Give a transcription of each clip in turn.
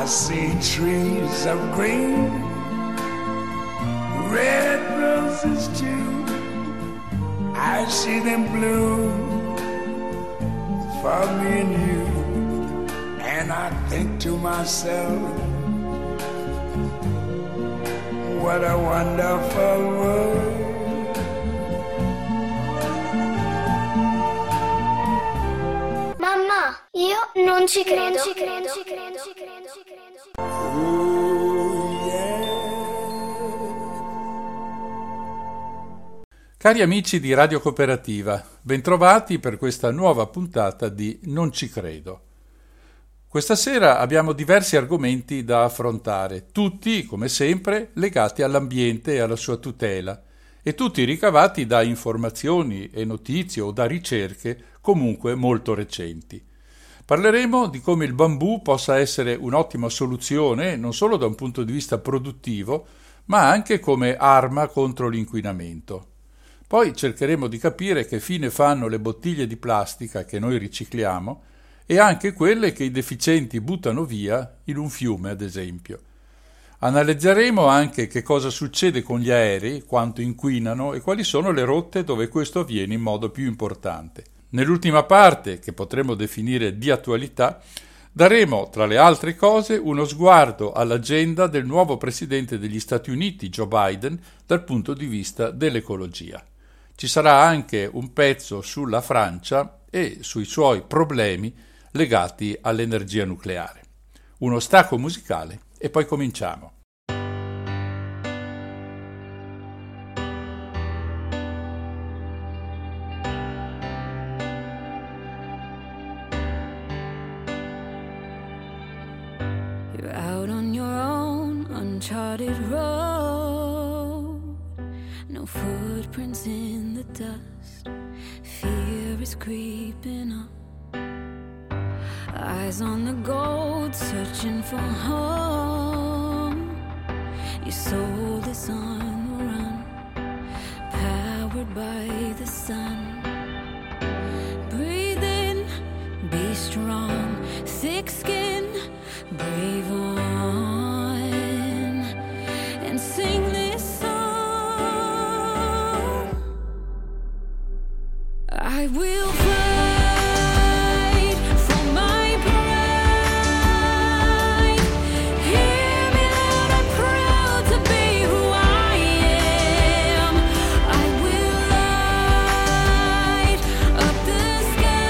see trees of green, red roses too. I see them bloom for me and you. And I think to myself, what a wonderful world. Mamma, io non ci credo. Oh, yeah. Cari amici di Radio Cooperativa, bentrovati per questa nuova puntata di Non ci credo. Questa sera abbiamo diversi argomenti da affrontare, tutti, come sempre, legati all'ambiente e alla sua tutela, e tutti ricavati da informazioni e notizie o da ricerche comunque molto recenti. Parleremo di come il bambù possa essere un'ottima soluzione non solo da un punto di vista produttivo, ma anche come arma contro l'inquinamento. Poi cercheremo di capire che fine fanno le bottiglie di plastica che noi ricicliamo e anche quelle che i deficienti buttano via in un fiume, ad esempio. Analizzeremo anche che cosa succede con gli aerei, quanto inquinano e quali sono le rotte dove questo avviene in modo più importante. Nell'ultima parte, che potremmo definire di attualità, daremo, tra le altre cose, uno sguardo all'agenda del nuovo presidente degli Stati Uniti, Joe Biden, dal punto di vista dell'ecologia. Ci sarà anche un pezzo sulla Francia e sui suoi problemi legati all'energia nucleare. Uno stacco musicale e poi cominciamo. You're out on your own, uncharted road. No footprints in the dust. Fear is creeping up. Eyes on the gold, searching for home. Your soul is on the run, powered by the sun. Breathe in, be strong, thick skin, brave on, and sing this song. I will fight for my pride. Hear me loud and proud to be who I am. I will light up the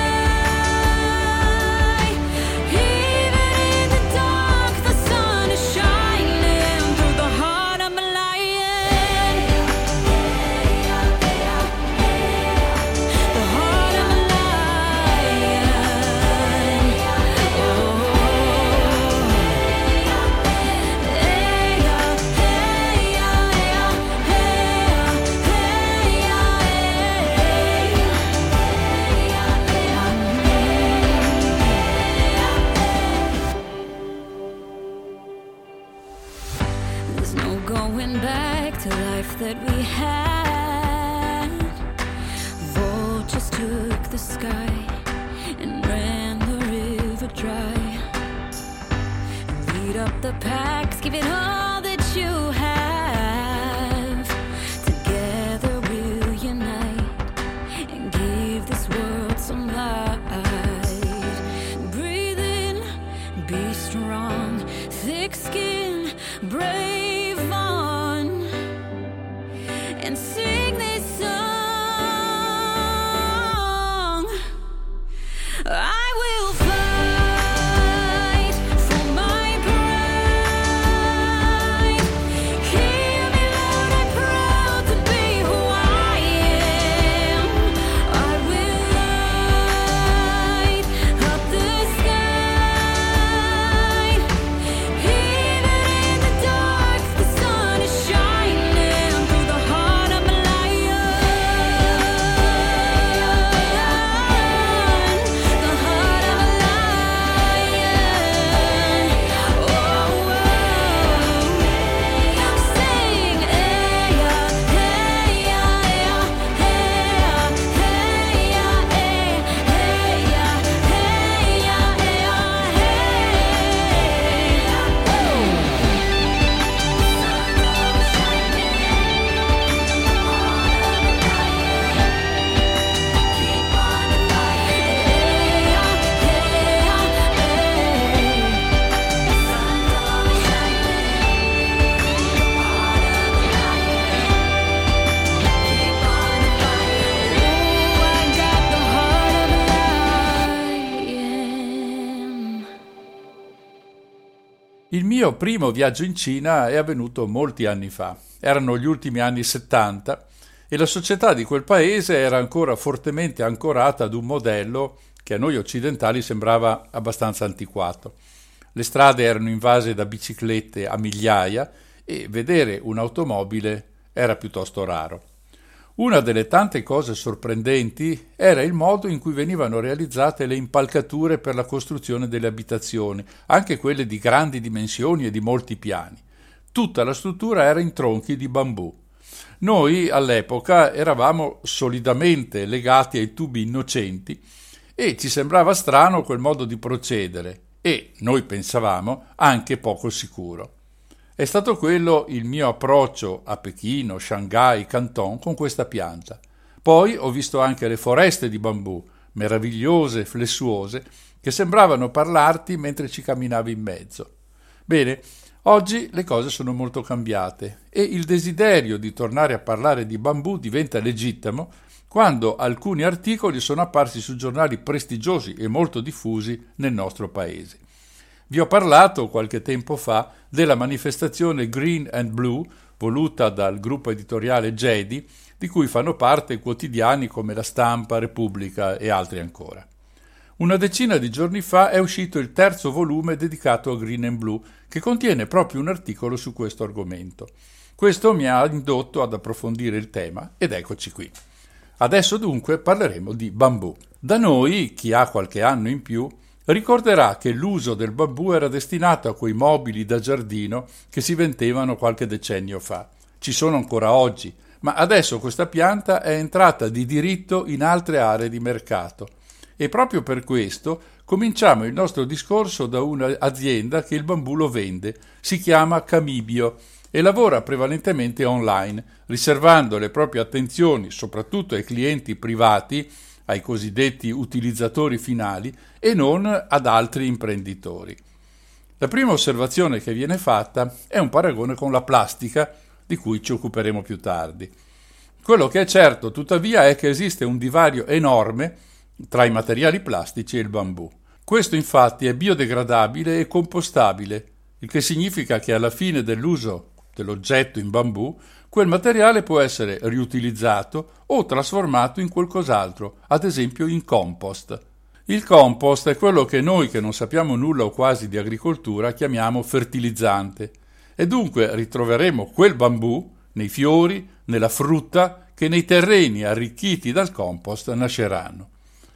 sky. Even in the dark, the sun is shining through the heart of a lion. The heart of a lion. Oh, there's no going back to life that we had. Vultures took the sky and ran the river dry. Lead up the packs, give it all that you have. Together we'll unite and give this world some light. Breathe in, be strong, thick skin, brave on, and sing this song. I will fight for my pride. Il mio primo viaggio in Cina è avvenuto molti anni fa. Erano gli ultimi anni 70 e la società di quel paese era ancora fortemente ancorata ad un modello che a noi occidentali sembrava abbastanza antiquato. Le strade erano invase da biciclette a migliaia e vedere un'automobile era piuttosto raro. Una delle tante cose sorprendenti era il modo in cui venivano realizzate le impalcature per la costruzione delle abitazioni, anche quelle di grandi dimensioni e di molti piani. Tutta la struttura era in tronchi di bambù. Noi all'epoca eravamo solidamente legati ai tubi innocenti e ci sembrava strano quel modo di procedere e, noi pensavamo, anche poco sicuro. È stato quello il mio approccio a Pechino, Shanghai, Canton con questa pianta. Poi ho visto anche le foreste di bambù, meravigliose, flessuose, che sembravano parlarti mentre ci camminavi in mezzo. Bene, oggi le cose sono molto cambiate e il desiderio di tornare a parlare di bambù diventa legittimo quando alcuni articoli sono apparsi su giornali prestigiosi e molto diffusi nel nostro paese. Vi ho parlato qualche tempo fa della manifestazione Green and Blue voluta dal gruppo editoriale Gedi, di cui fanno parte quotidiani come La Stampa, Repubblica e altri ancora. Una decina di giorni fa è uscito il terzo volume dedicato a Green and Blue, che contiene proprio un articolo su questo argomento. Questo mi ha indotto ad approfondire il tema ed eccoci qui. Adesso dunque parleremo di bambù. Da noi, chi ha qualche anno in più, ricorderà che l'uso del bambù era destinato a quei mobili da giardino che si vendevano qualche decennio fa. Ci sono ancora oggi, ma adesso questa pianta è entrata di diritto in altre aree di mercato. E proprio per questo cominciamo il nostro discorso da un'azienda che il bambù lo vende. Si chiama Camibio e lavora prevalentemente online, riservando le proprie attenzioni soprattutto ai clienti privati, ai cosiddetti utilizzatori finali e non ad altri imprenditori. La prima osservazione che viene fatta è un paragone con la plastica, di cui ci occuperemo più tardi. Quello che è certo, tuttavia, è che esiste un divario enorme tra i materiali plastici e il bambù. Questo infatti è biodegradabile e compostabile, il che significa che alla fine dell'uso dell'oggetto in bambù quel materiale può essere riutilizzato o trasformato in qualcos'altro, ad esempio in compost. Il compost è quello che noi, che non sappiamo nulla o quasi di agricoltura, chiamiamo fertilizzante, e dunque ritroveremo quel bambù nei fiori, nella frutta, che nei terreni arricchiti dal compost nasceranno.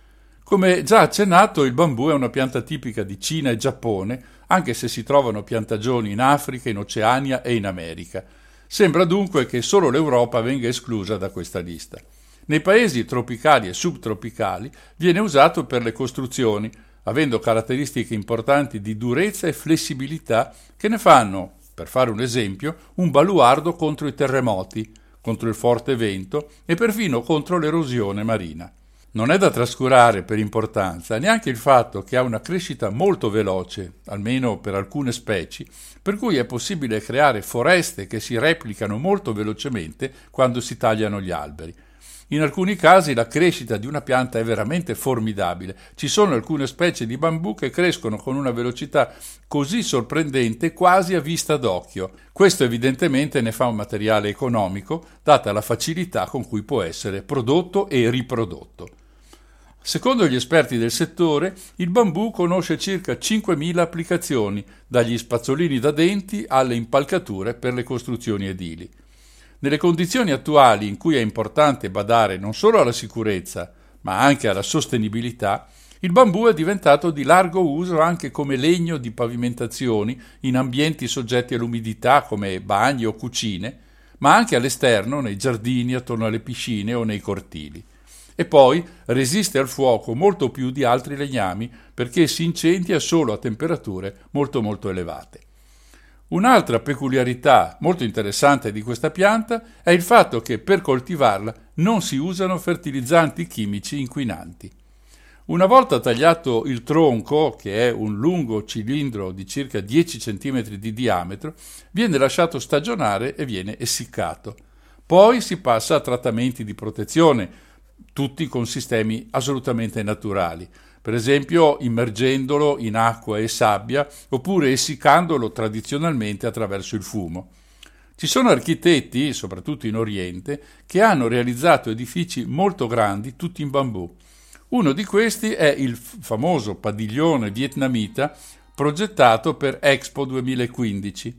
Come già accennato, il bambù è una pianta tipica di Cina e Giappone, anche se si trovano piantagioni in Africa, in Oceania e in America. Sembra dunque che solo l'Europa venga esclusa da questa lista. Nei paesi tropicali e subtropicali viene usato per le costruzioni, avendo caratteristiche importanti di durezza e flessibilità che ne fanno, per fare un esempio, un baluardo contro i terremoti, contro il forte vento e perfino contro l'erosione marina. Non è da trascurare per importanza neanche il fatto che ha una crescita molto veloce, almeno per alcune specie, per cui è possibile creare foreste che si replicano molto velocemente quando si tagliano gli alberi. In alcuni casi la crescita di una pianta è veramente formidabile. Ci sono alcune specie di bambù che crescono con una velocità così sorprendente quasi a vista d'occhio. Questo evidentemente ne fa un materiale economico, data la facilità con cui può essere prodotto e riprodotto. Secondo gli esperti del settore, il bambù conosce circa 5.000 applicazioni, dagli spazzolini da denti alle impalcature per le costruzioni edili. Nelle condizioni attuali, in cui è importante badare non solo alla sicurezza, ma anche alla sostenibilità, il bambù è diventato di largo uso anche come legno di pavimentazioni in ambienti soggetti all'umidità come bagni o cucine, ma anche all'esterno, nei giardini, attorno alle piscine o nei cortili. E poi resiste al fuoco molto più di altri legnami perché si incendia solo a temperature molto elevate. Un'altra peculiarità molto interessante di questa pianta è il fatto che per coltivarla non si usano fertilizzanti chimici inquinanti. Una volta tagliato il tronco, che è un lungo cilindro di circa 10 cm di diametro, viene lasciato stagionare e viene essiccato. Poi si passa a trattamenti di protezione, tutti con sistemi assolutamente naturali, per esempio immergendolo in acqua e sabbia oppure essiccandolo tradizionalmente attraverso il fumo. Ci sono architetti, soprattutto in Oriente, che hanno realizzato edifici molto grandi tutti in bambù. Uno di questi è il famoso padiglione vietnamita progettato per Expo 2015,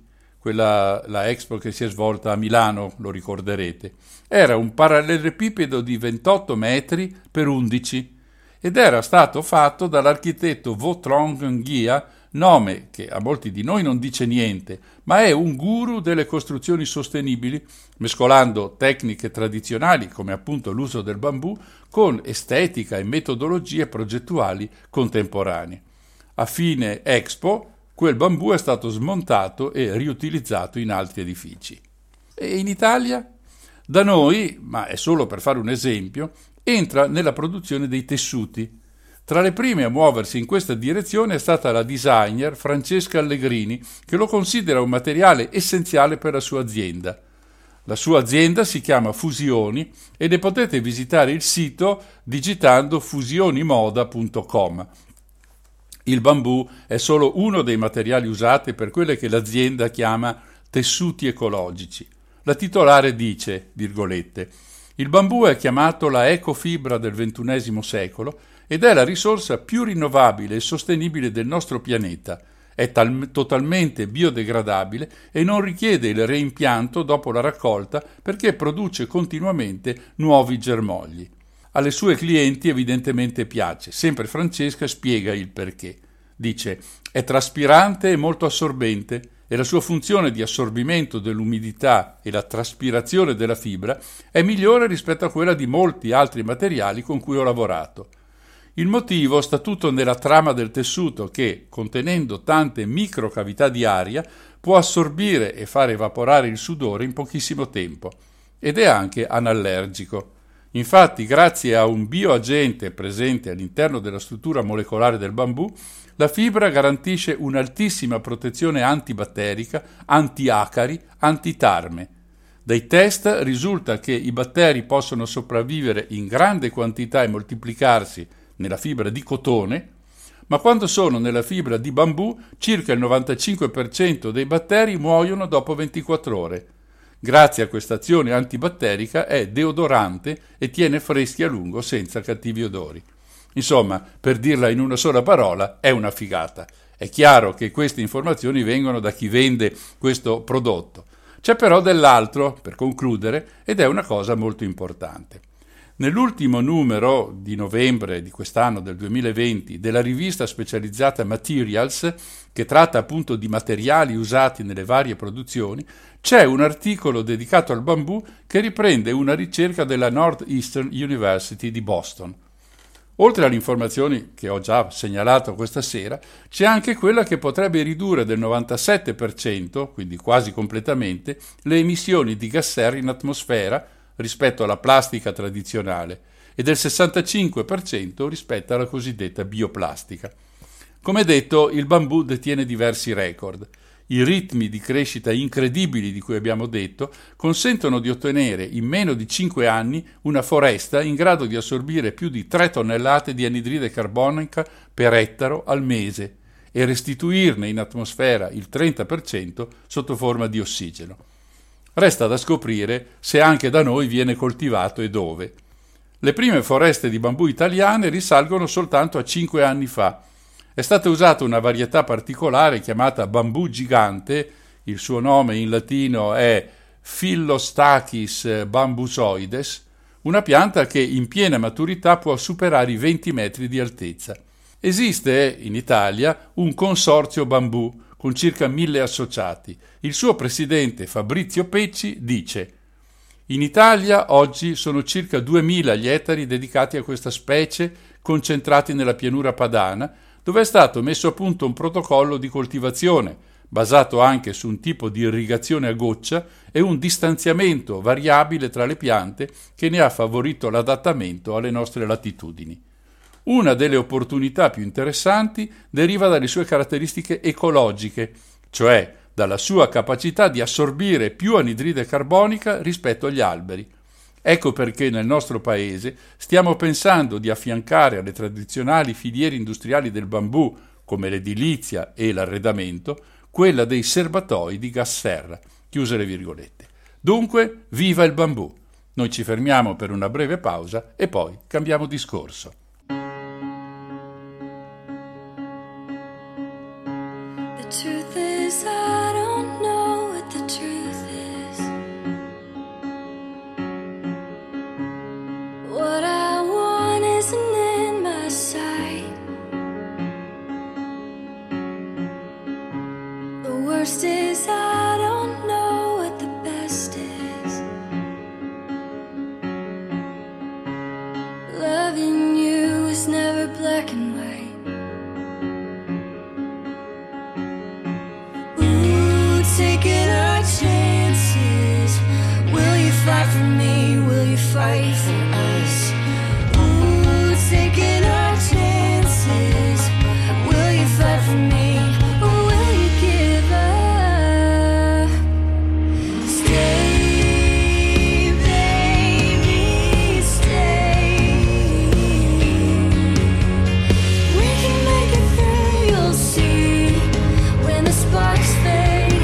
la Expo che si è svolta a Milano, lo ricorderete. Era un parallelepipedo di 28 metri per 11 ed era stato fatto dall'architetto Vo Trong Nghia, nome che a molti di noi non dice niente, ma è un guru delle costruzioni sostenibili, mescolando tecniche tradizionali come appunto l'uso del bambù con estetica e metodologie progettuali contemporanee. A fine Expo, quel bambù è stato smontato e riutilizzato in altri edifici. E in Italia? Da noi, ma è solo per fare un esempio, entra nella produzione dei tessuti. Tra le prime a muoversi in questa direzione è stata la designer Francesca Allegrini, che lo considera un materiale essenziale per la sua azienda. La sua azienda si chiama Fusioni e ne potete visitare il sito digitando fusionimoda.com. Il bambù è solo uno dei materiali usati per quelle che l'azienda chiama tessuti ecologici. La titolare dice, virgolette, il bambù è chiamato la ecofibra del XXI secolo ed è la risorsa più rinnovabile e sostenibile del nostro pianeta. È totalmente biodegradabile e non richiede il reimpianto dopo la raccolta perché produce continuamente nuovi germogli. Alle sue clienti evidentemente piace. Sempre Francesca spiega il perché. Dice, è traspirante e molto assorbente e la sua funzione di assorbimento dell'umidità e la traspirazione della fibra è migliore rispetto a quella di molti altri materiali con cui ho lavorato. Il motivo sta tutto nella trama del tessuto che, contenendo tante microcavità di aria, può assorbire e fare evaporare il sudore in pochissimo tempo ed è anche anallergico. Infatti, grazie a un bioagente presente all'interno della struttura molecolare del bambù, la fibra garantisce un'altissima protezione antibatterica, antiacari, antitarme. Dai test risulta che i batteri possono sopravvivere in grande quantità e moltiplicarsi nella fibra di cotone, ma quando sono nella fibra di bambù circa il 95% dei batteri muoiono dopo 24 ore. Grazie a questa azione antibatterica è deodorante e tiene freschi a lungo senza cattivi odori. Insomma, per dirla in una sola parola, è una figata. È chiaro che queste informazioni vengono da chi vende questo prodotto. C'è però dell'altro, per concludere, ed è una cosa molto importante. Nell'ultimo numero di novembre di quest'anno, del 2020, della rivista specializzata Materials, che tratta appunto di materiali usati nelle varie produzioni, c'è un articolo dedicato al bambù che riprende una ricerca della Northeastern University di Boston. Oltre alle informazioni che ho già segnalato questa sera, c'è anche quella che potrebbe ridurre del 97%, quindi quasi completamente, le emissioni di gas serra in atmosfera rispetto alla plastica tradizionale e del 65% rispetto alla cosiddetta bioplastica. Come detto, il bambù detiene diversi record. I ritmi di crescita incredibili di cui abbiamo detto consentono di ottenere in meno di 5 anni una foresta in grado di assorbire più di 3 tonnellate di anidride carbonica per ettaro al mese e restituirne in atmosfera il 30% sotto forma di ossigeno. Resta da scoprire se anche da noi viene coltivato e dove. Le prime foreste di bambù italiane risalgono soltanto a 5 anni fa. È stata usata una varietà particolare chiamata bambù gigante, il suo nome in latino è Phyllostachys bambusoides, una pianta che in piena maturità può superare i 20 metri di altezza. Esiste in Italia un consorzio bambù con circa 1000 associati. Il suo presidente Fabrizio Pecci dice: in Italia oggi sono circa 2000 gli ettari dedicati a questa specie concentrati nella pianura padana, dove è stato messo a punto un protocollo di coltivazione, basato anche su un tipo di irrigazione a goccia e un distanziamento variabile tra le piante che ne ha favorito l'adattamento alle nostre latitudini. Una delle opportunità più interessanti deriva dalle sue caratteristiche ecologiche, cioè dalla sua capacità di assorbire più anidride carbonica rispetto agli alberi. Ecco perché nel nostro paese stiamo pensando di affiancare alle tradizionali filiere industriali del bambù, come l'edilizia e l'arredamento, quella dei serbatoi di gas serra. Chiuse le virgolette. Dunque, viva il bambù! Noi ci fermiamo per una breve pausa e poi cambiamo discorso. The truth is, I don't know what the truth is. What I want isn't in my sight. The worst is, I don't know what the best is. Loving you is never black and white. Taking our chances. Will you fight for me? Will you fight for us? Ooh, taking our chances. Will you fight for me? Or will you give up? Stay, baby, stay. We can make it through, you'll see. When the sparks fade,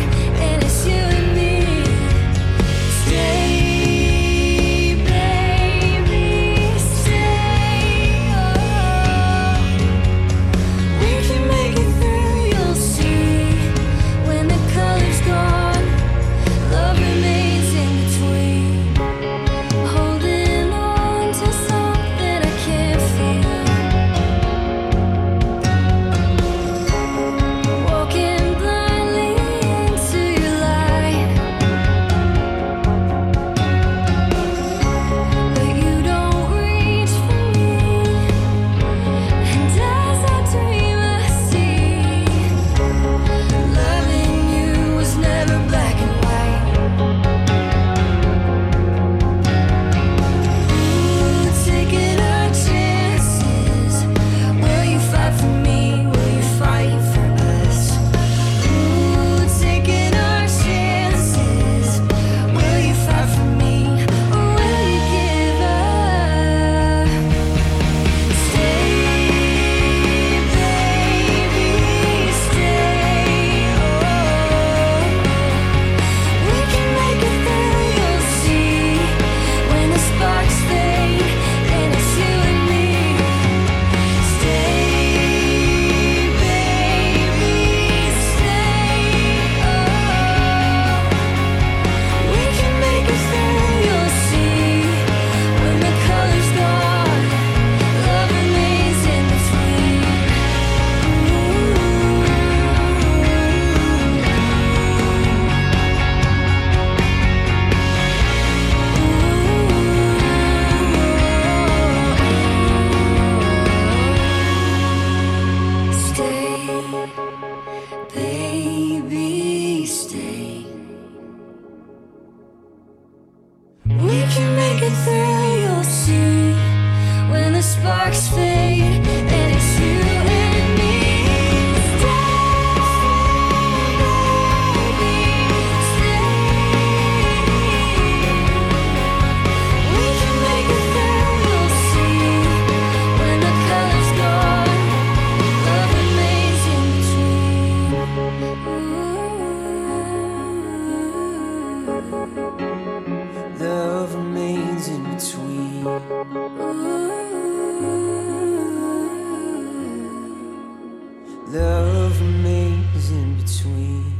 Love remains in between.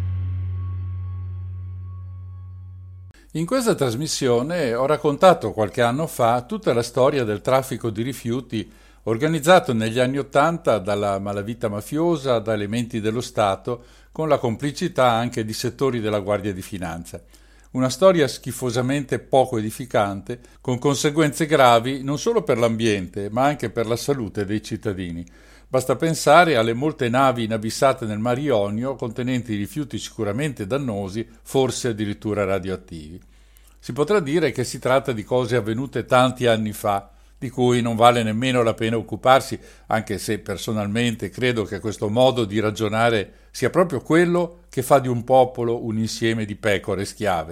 In questa trasmissione ho raccontato qualche anno fa tutta la storia del traffico di rifiuti organizzato negli anni '80 dalla malavita mafiosa, da elementi dello Stato, con la complicità anche di settori della Guardia di Finanza. Una storia schifosamente poco edificante, con conseguenze gravi non solo per l'ambiente, ma anche per la salute dei cittadini. Basta pensare alle molte navi inabissate nel Mar Ionio contenenti rifiuti sicuramente dannosi, forse addirittura radioattivi. Si potrà dire che si tratta di cose avvenute tanti anni fa, di cui non vale nemmeno la pena occuparsi, anche se personalmente credo che questo modo di ragionare sia proprio quello che fa di un popolo un insieme di pecore schiave.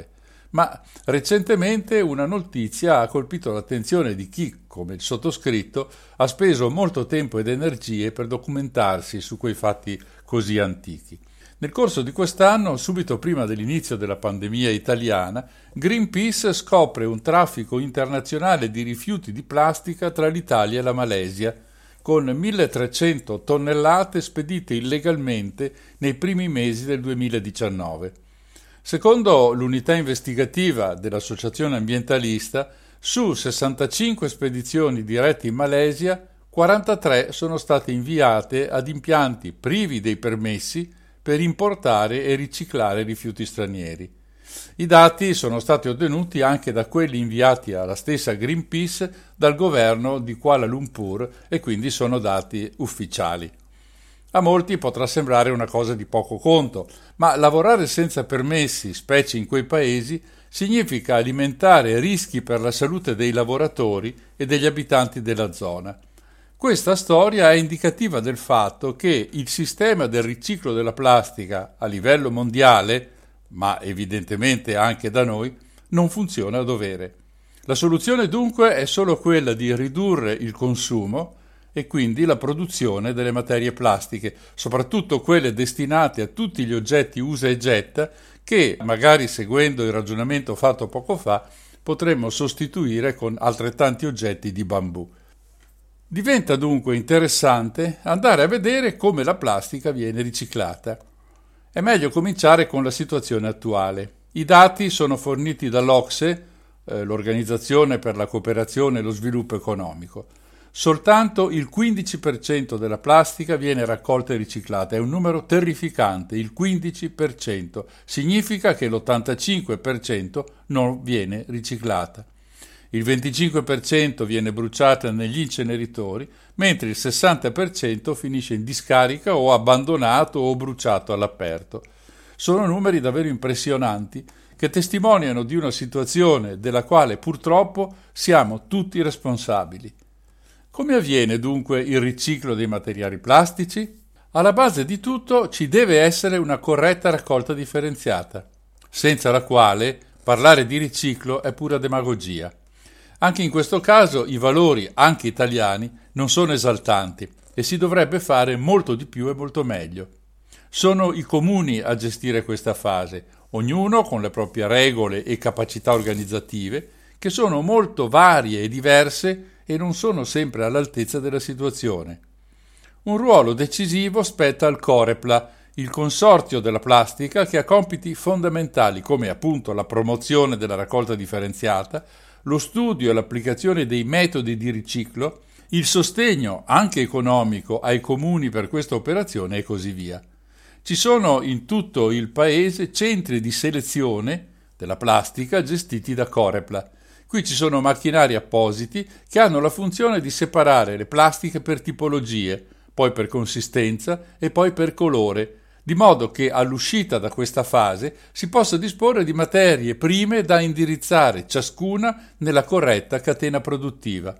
ma recentemente una notizia ha colpito l'attenzione di chi, come il sottoscritto, ha speso molto tempo ed energie per documentarsi su quei fatti così antichi. Nel corso di quest'anno, subito prima dell'inizio della pandemia italiana, Greenpeace scopre un traffico internazionale di rifiuti di plastica tra l'Italia e la Malesia, con 1.300 tonnellate spedite illegalmente nei primi mesi del 2019. Secondo l'unità investigativa dell'associazione ambientalista, su 65 spedizioni dirette in Malesia, 43 sono state inviate ad impianti privi dei permessi per importare e riciclare rifiuti stranieri. I dati sono stati ottenuti anche da quelli inviati alla stessa Greenpeace dal governo di Kuala Lumpur e quindi sono dati ufficiali. A molti potrà sembrare una cosa di poco conto, ma lavorare senza permessi, specie in quei paesi, significa alimentare rischi per la salute dei lavoratori e degli abitanti della zona. Questa storia è indicativa del fatto che il sistema del riciclo della plastica a livello mondiale, ma evidentemente anche da noi, non funziona a dovere. La soluzione dunque è solo quella di ridurre il consumo e quindi la produzione delle materie plastiche, soprattutto quelle destinate a tutti gli oggetti usa e getta che, magari seguendo il ragionamento fatto poco fa, potremmo sostituire con altrettanti oggetti di bambù. Diventa dunque interessante andare a vedere come la plastica viene riciclata. È meglio cominciare con la situazione attuale. I dati sono forniti dall'OCSE, l'Organizzazione per la Cooperazione e lo Sviluppo Economico. Soltanto il 15% della plastica viene raccolta e riciclata. È un numero terrificante, il 15%. Significa che l'85% non viene riciclata. Il 25% viene bruciata negli inceneritori, mentre il 60% finisce in discarica o abbandonato o bruciato all'aperto. Sono numeri davvero impressionanti che testimoniano di una situazione della quale purtroppo siamo tutti responsabili. Come avviene dunque il riciclo dei materiali plastici? Alla base di tutto ci deve essere una corretta raccolta differenziata, senza la quale parlare di riciclo è pura demagogia. Anche in questo caso i valori, anche italiani, non sono esaltanti e si dovrebbe fare molto di più e molto meglio. Sono i comuni a gestire questa fase, ognuno con le proprie regole e capacità organizzative, che sono molto varie e diverse e non sono sempre all'altezza della situazione. Un ruolo decisivo spetta al Corepla, il consorzio della plastica che ha compiti fondamentali come appunto la promozione della raccolta differenziata, lo studio e l'applicazione dei metodi di riciclo, il sostegno anche economico ai comuni per questa operazione e così via. Ci sono in tutto il paese centri di selezione della plastica gestiti da Corepla. Qui ci sono macchinari appositi che hanno la funzione di separare le plastiche per tipologie, poi per consistenza e poi per colore, di modo che all'uscita da questa fase si possa disporre di materie prime da indirizzare ciascuna nella corretta catena produttiva.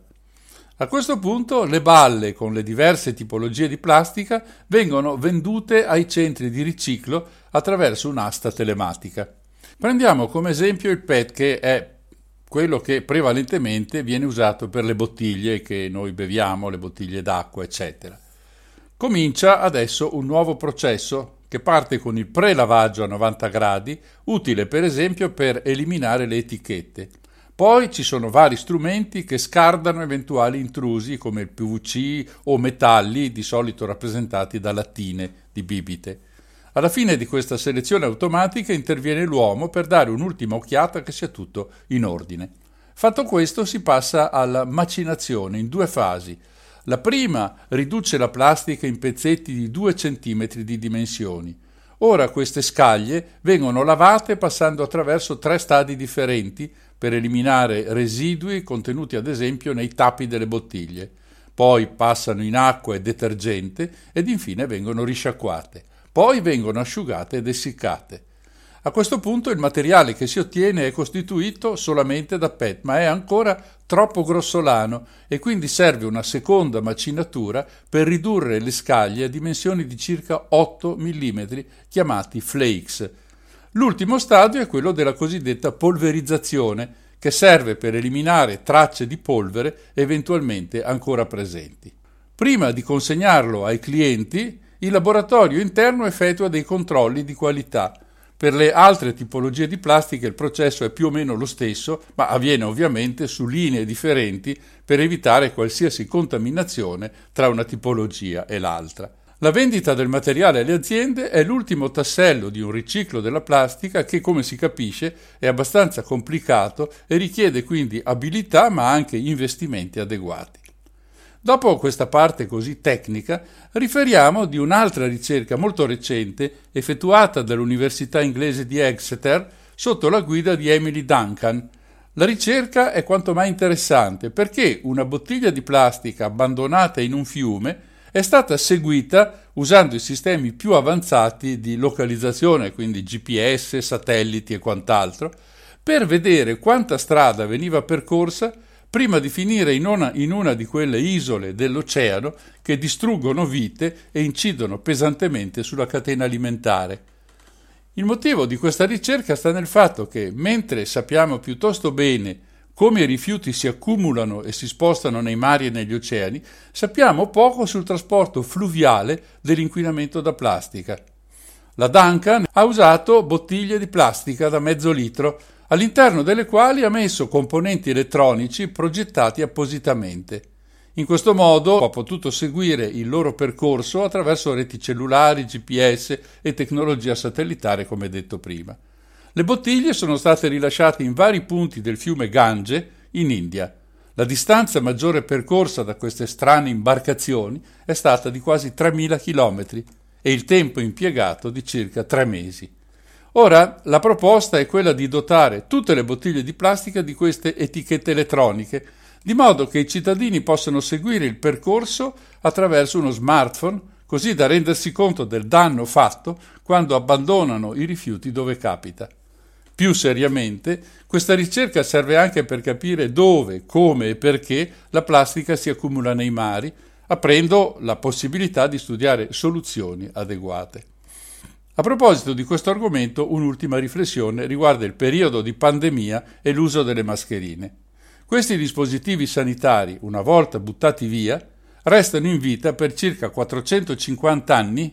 A questo punto le balle con le diverse tipologie di plastica vengono vendute ai centri di riciclo attraverso un'asta telematica. Prendiamo come esempio il PET, che è quello che prevalentemente viene usato per le bottiglie che noi beviamo, le bottiglie d'acqua, eccetera. Comincia adesso un nuovo processo che parte con il prelavaggio a 90 gradi, utile per esempio per eliminare le etichette. Poi ci sono vari strumenti che scardano eventuali intrusi come il PVC o metalli, di solito rappresentati da lattine di bibite. Alla fine di questa selezione automatica interviene l'uomo per dare un'ultima occhiata che sia tutto in ordine. Fatto questo si passa alla macinazione in 2 fasi. La prima riduce la plastica in pezzetti di 2 cm di dimensioni. Ora queste scaglie vengono lavate passando attraverso 3 stadi differenti per eliminare residui contenuti ad esempio nei tappi delle bottiglie. Poi passano in acqua e detergente ed infine vengono risciacquate. Poi vengono asciugate ed essiccate. A questo punto il materiale che si ottiene è costituito solamente da PET, ma è ancora troppo grossolano e quindi serve una seconda macinatura per ridurre le scaglie a dimensioni di circa 8 mm, chiamati flakes. L'ultimo stadio è quello della cosiddetta polverizzazione, che serve per eliminare tracce di polvere eventualmente ancora presenti. Prima di consegnarlo ai clienti, il laboratorio interno effettua dei controlli di qualità. Per le altre tipologie di plastica il processo è più o meno lo stesso, ma avviene ovviamente su linee differenti per evitare qualsiasi contaminazione tra una tipologia e l'altra. La vendita del materiale alle aziende è l'ultimo tassello di un riciclo della plastica che, come si capisce, è abbastanza complicato e richiede quindi abilità ma anche investimenti adeguati. Dopo questa parte così tecnica, riferiamo di un'altra ricerca molto recente effettuata dall'Università inglese di Exeter sotto la guida di Emily Duncan. La ricerca è quanto mai interessante perché una bottiglia di plastica abbandonata in un fiume è stata seguita usando i sistemi più avanzati di localizzazione, quindi GPS, satelliti e quant'altro, per vedere quanta strada veniva percorsa prima di finire in una di quelle isole dell'oceano che distruggono vite e incidono pesantemente sulla catena alimentare. Il motivo di questa ricerca sta nel fatto che, mentre sappiamo piuttosto bene come i rifiuti si accumulano e si spostano nei mari e negli oceani, sappiamo poco sul trasporto fluviale dell'inquinamento da plastica. La Duncan ha usato bottiglie di plastica da mezzo litro, all'interno delle quali ha messo componenti elettronici progettati appositamente. In questo modo ha potuto seguire il loro percorso attraverso reti cellulari, GPS e tecnologia satellitare, come detto prima. Le bottiglie sono state rilasciate in vari punti del fiume Gange, in India. La distanza maggiore percorsa da queste strane imbarcazioni è stata di quasi 3.000 chilometri e il tempo impiegato di circa 3 mesi. Ora la proposta è quella di dotare tutte le bottiglie di plastica di queste etichette elettroniche, di modo che i cittadini possano seguire il percorso attraverso uno smartphone, così da rendersi conto del danno fatto quando abbandonano i rifiuti dove capita. Più seriamente, questa ricerca serve anche per capire dove, come e perché la plastica si accumula nei mari, aprendo la possibilità di studiare soluzioni adeguate. A proposito di questo argomento, un'ultima riflessione riguarda il periodo di pandemia e l'uso delle mascherine. Questi dispositivi sanitari, una volta buttati via, restano in vita per circa 450 anni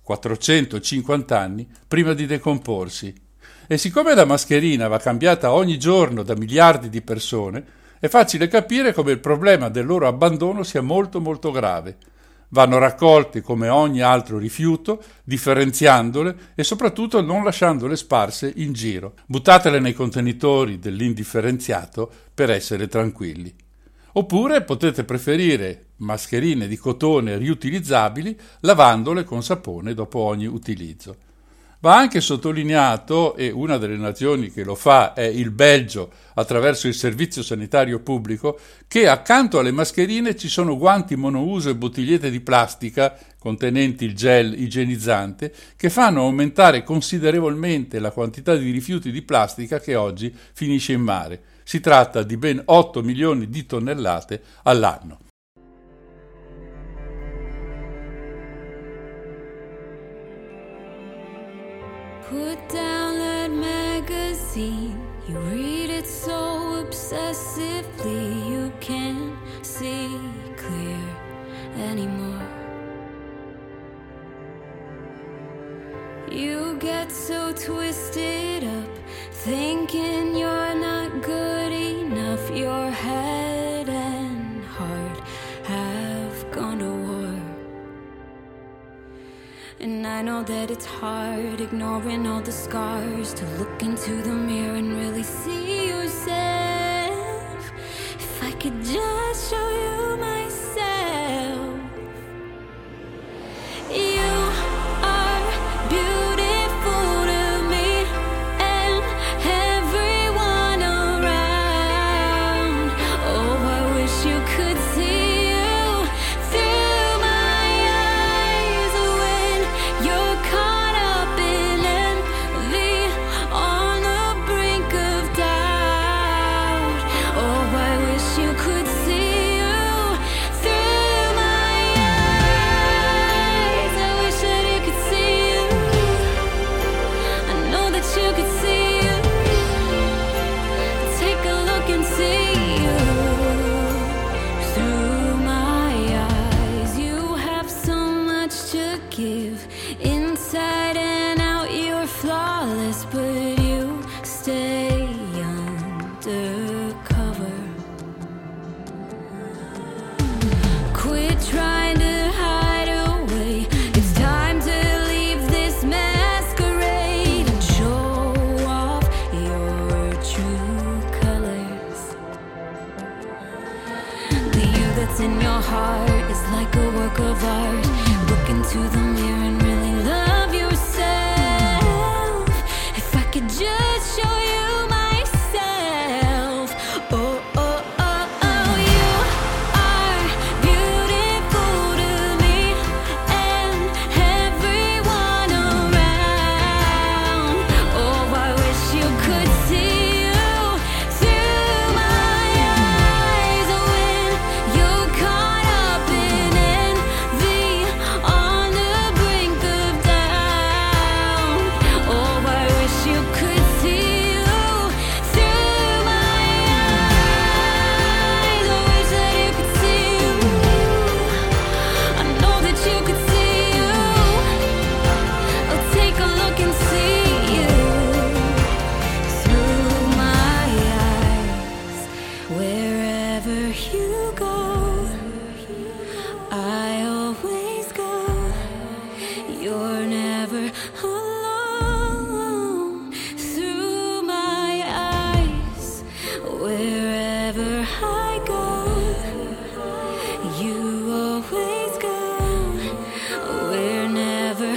prima di decomporsi. E siccome la mascherina va cambiata ogni giorno da miliardi di persone, è facile capire come il problema del loro abbandono sia molto molto grave. Vanno raccolti come ogni altro rifiuto, differenziandole e soprattutto non lasciandole sparse in giro. Buttatele nei contenitori dell'indifferenziato per essere tranquilli. Oppure potete preferire mascherine di cotone riutilizzabili lavandole con sapone dopo ogni utilizzo. Va anche sottolineato, e una delle nazioni che lo fa è il Belgio attraverso il servizio sanitario pubblico, che accanto alle mascherine ci sono guanti monouso e bottigliette di plastica contenenti il gel igienizzante che fanno aumentare considerevolmente la quantità di rifiuti di plastica che oggi finisce in mare. Si tratta di ben 8 milioni di tonnellate all'anno. Put down that magazine. You read it so obsessively you can't see clear anymore. You get so twisted up, thinking you're not good enough. Your head and heart have gone to war. And I know that it's hard, ignoring all the scars, to look into the mirror and really see yourself. If I could just show you myself. You are beautiful to me and everyone around. Oh, I wish you could see you through my eyes when you're caught up in envy on the brink of doubt. Oh, I wish you could see to the mirror and really love yourself. If I could just show you myself. Oh, oh, oh, oh, you are beautiful to me and everyone around. Oh, I wish you could see you through my eyes when you're caught up in envy on the brink of down. Oh, I wish you could see you through my eyes. I wish that you could see you. I know that you could see you. Oh, take a look and see you through my eyes. Wherever you go, I always go. You're never alone. Through my eyes, wherever I go, you always go. We're never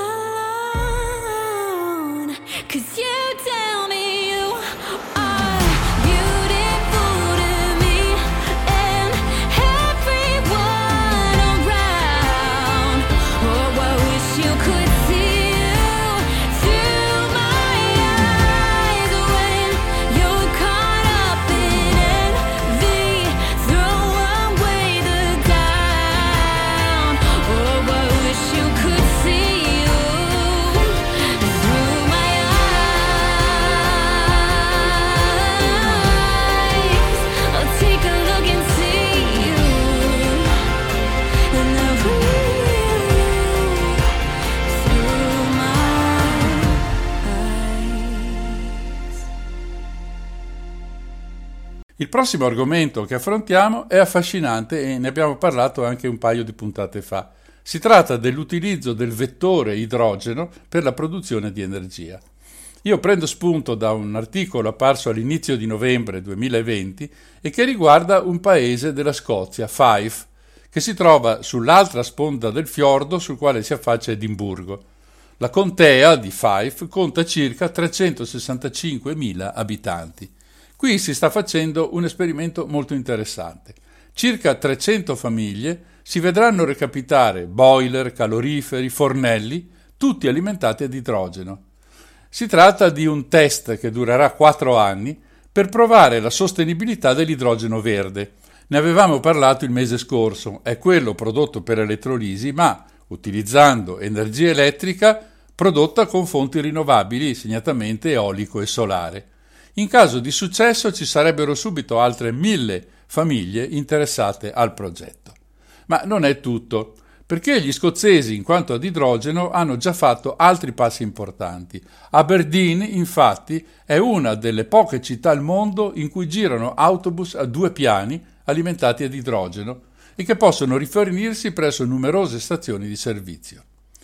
alone. 'Cause you tell me you are beautiful to me and everyone around. Oh, I wish you could see you through my eyes when you're caught up in envy. Throw away the doubt. Oh, I wish you could see you through my eyes. I'll take a look and see you in the room through my eyes. Il prossimo argomento che affrontiamo è affascinante e ne abbiamo parlato anche un paio di puntate fa. Si tratta dell'utilizzo del vettore idrogeno per la produzione di energia. Io prendo spunto da un articolo apparso all'inizio di novembre 2020 e che riguarda un paese della Scozia, Fife, che si trova sull'altra sponda del fiordo sul quale si affaccia Edimburgo. La contea di Fife conta circa 365.000 abitanti. Qui si sta facendo un esperimento molto interessante. Circa 300 famiglie si vedranno recapitare boiler, caloriferi, fornelli, tutti alimentati ad idrogeno. Si tratta di un test che durerà 4 anni per provare la sostenibilità dell'idrogeno verde. Ne avevamo parlato il mese scorso, è quello prodotto per elettrolisi, ma utilizzando energia elettrica prodotta con fonti rinnovabili, segnatamente eolico e solare. In caso di successo ci sarebbero subito altre 1.000 famiglie interessate al progetto. Ma non è tutto, perché gli scozzesi, in quanto ad idrogeno, hanno già fatto altri passi importanti. Aberdeen, infatti, è una delle poche città al mondo in cui girano autobus a 2 piani alimentati ad idrogeno e che possono rifornirsi presso numerose stazioni di servizio.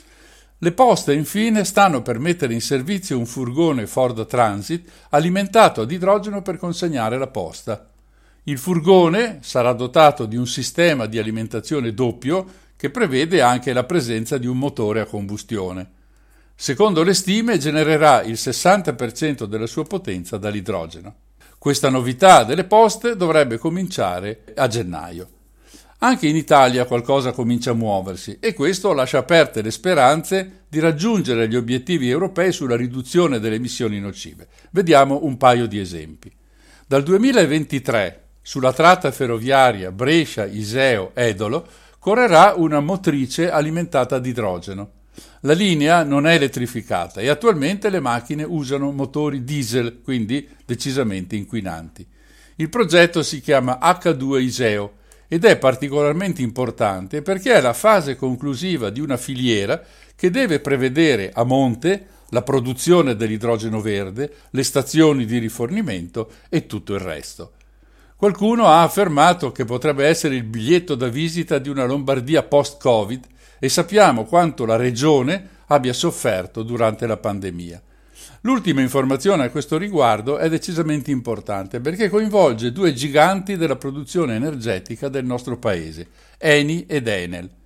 Le poste, infine, stanno per mettere in servizio un furgone Ford Transit alimentato ad idrogeno per consegnare la posta. Il furgone sarà dotato di un sistema di alimentazione doppio che prevede anche la presenza di un motore a combustione. Secondo le stime genererà il 60% della sua potenza dall'idrogeno. Questa novità delle poste dovrebbe cominciare a gennaio. Anche in Italia qualcosa comincia a muoversi e questo lascia aperte le speranze di raggiungere gli obiettivi europei sulla riduzione delle emissioni nocive. Vediamo un paio di esempi. Dal 2023 sulla tratta ferroviaria Brescia-Iseo-Edolo correrà una motrice alimentata ad idrogeno. La linea non è elettrificata e attualmente le macchine usano motori diesel, quindi decisamente inquinanti. Il progetto si chiama H2 Iseo ed è particolarmente importante perché è la fase conclusiva di una filiera che deve prevedere a monte la produzione dell'idrogeno verde, le stazioni di rifornimento e tutto il resto. Qualcuno ha affermato che potrebbe essere il biglietto da visita di una Lombardia post-Covid e sappiamo quanto la regione abbia sofferto durante la pandemia. L'ultima informazione a questo riguardo è decisamente importante perché coinvolge 2 giganti della produzione energetica del nostro paese, Eni ed Enel.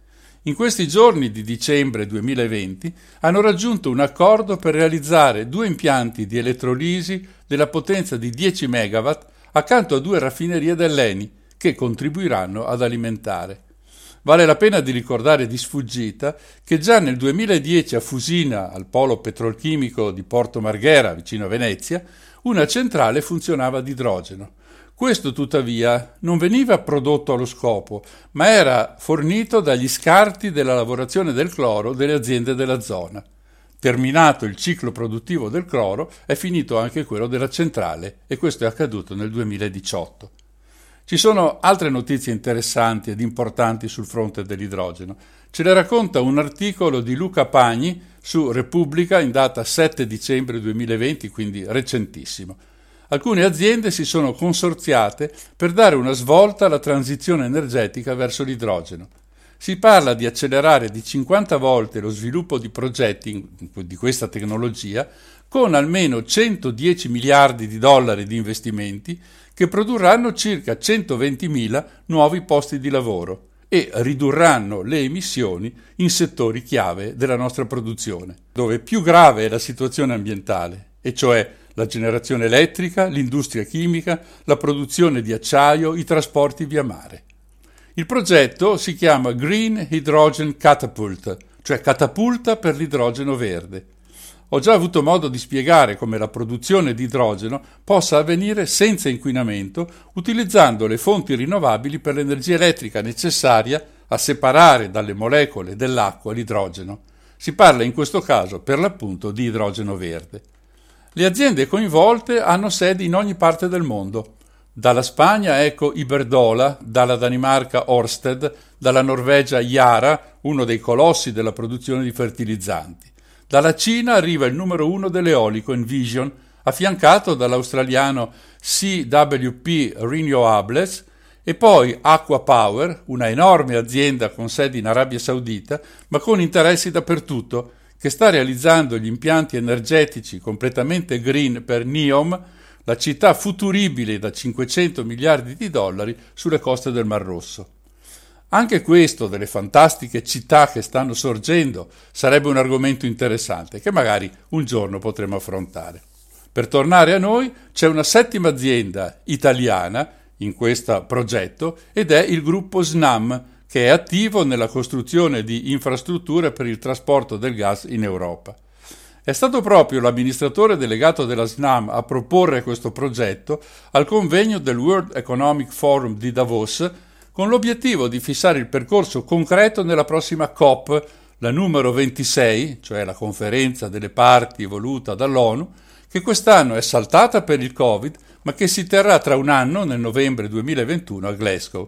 In questi giorni di dicembre 2020 hanno raggiunto un accordo per realizzare 2 impianti di elettrolisi della potenza di 10 MW accanto a 2 raffinerie dell'ENI che contribuiranno ad alimentare. Vale la pena di ricordare di sfuggita che già nel 2010 a Fusina, al polo petrolchimico di Porto Marghera, vicino a Venezia, una centrale funzionava ad idrogeno. Questo tuttavia non veniva prodotto allo scopo, ma era fornito dagli scarti della lavorazione del cloro delle aziende della zona. Terminato il ciclo produttivo del cloro, è finito anche quello della centrale e questo è accaduto nel 2018. Ci sono altre notizie interessanti ed importanti sul fronte dell'idrogeno. Ce le racconta un articolo di Luca Pagni su Repubblica in data 7 dicembre 2020, quindi recentissimo. Alcune aziende si sono consorziate per dare una svolta alla transizione energetica verso l'idrogeno. Si parla di accelerare di 50 volte lo sviluppo di progetti di questa tecnologia con almeno 110 miliardi di dollari di investimenti che produrranno circa 120.000 nuovi posti di lavoro e ridurranno le emissioni in settori chiave della nostra produzione, dove più grave è la situazione ambientale, e cioè la generazione elettrica, l'industria chimica, la produzione di acciaio, i trasporti via mare. Il progetto si chiama Green Hydrogen Catapult, cioè catapulta per l'idrogeno verde. Ho già avuto modo di spiegare come la produzione di idrogeno possa avvenire senza inquinamento utilizzando le fonti rinnovabili per l'energia elettrica necessaria a separare dalle molecole dell'acqua l'idrogeno. Si parla in questo caso per l'appunto di idrogeno verde. Le aziende coinvolte hanno sedi in ogni parte del mondo. Dalla Spagna ecco Iberdrola, dalla Danimarca Ørsted, dalla Norvegia Yara, uno dei colossi della produzione di fertilizzanti. Dalla Cina arriva il numero 1 dell'eolico Envision, affiancato dall'australiano CWP Renewables, e poi Aqua Power, una enorme azienda con sedi in Arabia Saudita, ma con interessi dappertutto, che sta realizzando gli impianti energetici completamente green per NEOM, la città futuribile da 500 miliardi di dollari sulle coste del Mar Rosso. Anche questo delle fantastiche città che stanno sorgendo sarebbe un argomento interessante che magari un giorno potremo affrontare. Per tornare a noi, c'è una 7ª azienda italiana in questo progetto ed è il gruppo Snam, che è attivo nella costruzione di infrastrutture per il trasporto del gas in Europa. È stato proprio l'amministratore delegato della Snam a proporre questo progetto al convegno del World Economic Forum di Davos con l'obiettivo di fissare il percorso concreto nella prossima COP, la numero 26, cioè la conferenza delle parti voluta dall'ONU, che quest'anno è saltata per il Covid, ma che si terrà tra un anno, nel novembre 2021, a Glasgow.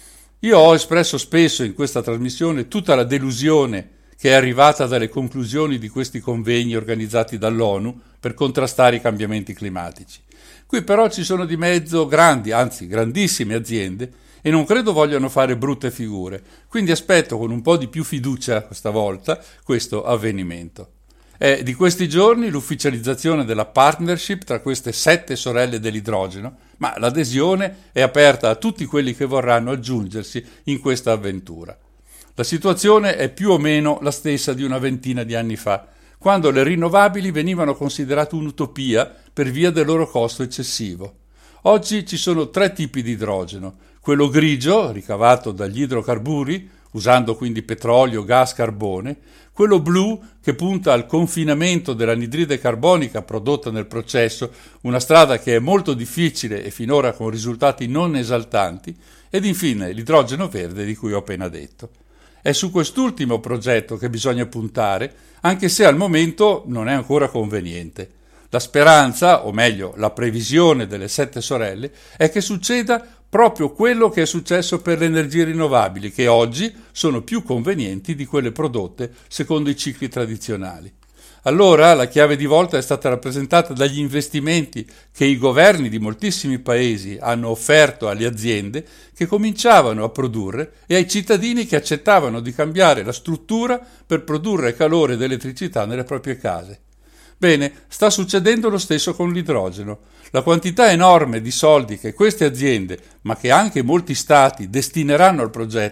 Io ho espresso spesso in questa trasmissione tutta la delusione che è arrivata dalle conclusioni di questi convegni organizzati dall'ONU per contrastare i cambiamenti climatici. Qui però ci sono di mezzo grandi, anzi grandissime aziende e non credo vogliano fare brutte figure, quindi aspetto con un po' di più fiducia questa volta questo avvenimento. È di questi giorni l'ufficializzazione della partnership tra queste 7 sorelle dell'idrogeno, ma l'adesione è aperta a tutti quelli che vorranno aggiungersi in questa avventura. La situazione è più o meno la stessa di una ventina di anni fa, quando le rinnovabili venivano considerate un'utopia per via del loro costo eccessivo. Oggi ci sono 3 tipi di idrogeno: quello grigio, ricavato dagli idrocarburi, usando quindi petrolio, gas, carbone, quello blu che punta al confinamento dell'anidride carbonica prodotta nel processo, una strada che è molto difficile e finora con risultati non esaltanti, ed infine l'idrogeno verde di cui ho appena detto. È su quest'ultimo progetto che bisogna puntare, anche se al momento non è ancora conveniente. La speranza, o meglio la previsione delle 7 sorelle, è che succeda proprio quello che è successo per le energie rinnovabili, che oggi sono più convenienti di quelle prodotte secondo i cicli tradizionali. Allora la chiave di volta è stata rappresentata dagli investimenti che i governi di moltissimi paesi hanno offerto alle aziende che cominciavano a produrre e ai cittadini che accettavano di cambiare la struttura per produrre calore ed elettricità nelle proprie case. Bene, sta succedendo lo stesso con l'idrogeno. La quantità enorme di soldi che queste aziende, ma che anche molti stati, destineranno al progetto,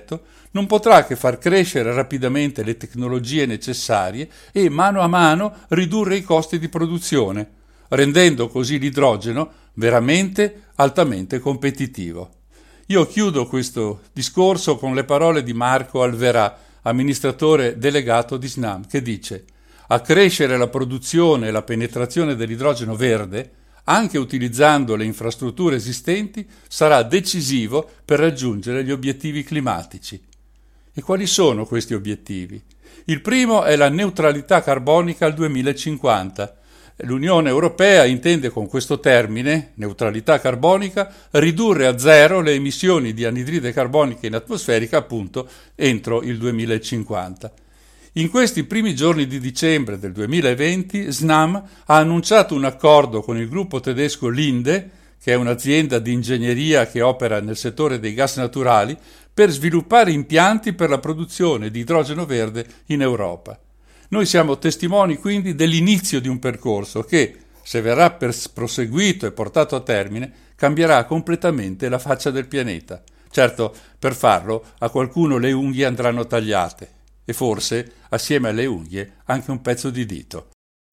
non potrà che far crescere rapidamente le tecnologie necessarie e mano a mano ridurre i costi di produzione, rendendo così l'idrogeno veramente altamente competitivo. Io chiudo questo discorso con le parole di Marco Alverà, amministratore delegato di Snam, che dice: accrescere la produzione e la penetrazione dell'idrogeno verde, anche utilizzando le infrastrutture esistenti, sarà decisivo per raggiungere gli obiettivi climatici. E quali sono questi obiettivi? Il primo è la neutralità carbonica al 2050. L'Unione Europea intende con questo termine, neutralità carbonica, ridurre a zero le emissioni di anidride carbonica in atmosferica appunto entro il 2050. In questi primi giorni di dicembre del 2020 Snam ha annunciato un accordo con il gruppo tedesco Linde, che è un'azienda di ingegneria che opera nel settore dei gas naturali, per sviluppare impianti per la produzione di idrogeno verde in Europa. Noi siamo testimoni quindi dell'inizio di un percorso che, se verrà proseguito e portato a termine, cambierà completamente la faccia del pianeta. Certo, per farlo a qualcuno le unghie andranno tagliate e forse, assieme alle unghie, anche un pezzo di dito.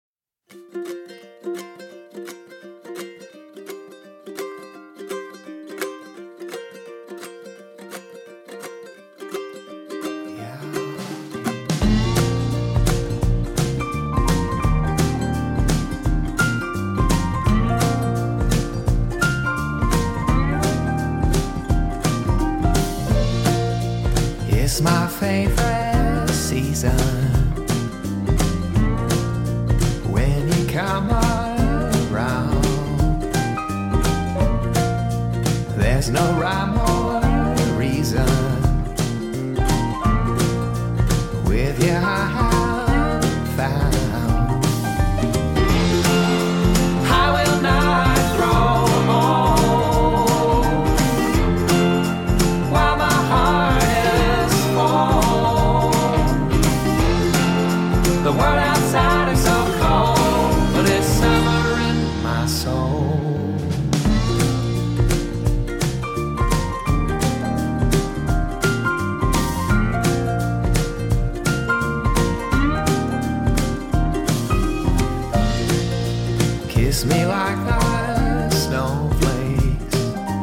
It's my favorite season when you come around. There's no rhyme or reason with you I have found. I will not throw more while my heart is full. The world outside is so cold, but it's summer in my soul. Kiss me like the snowflakes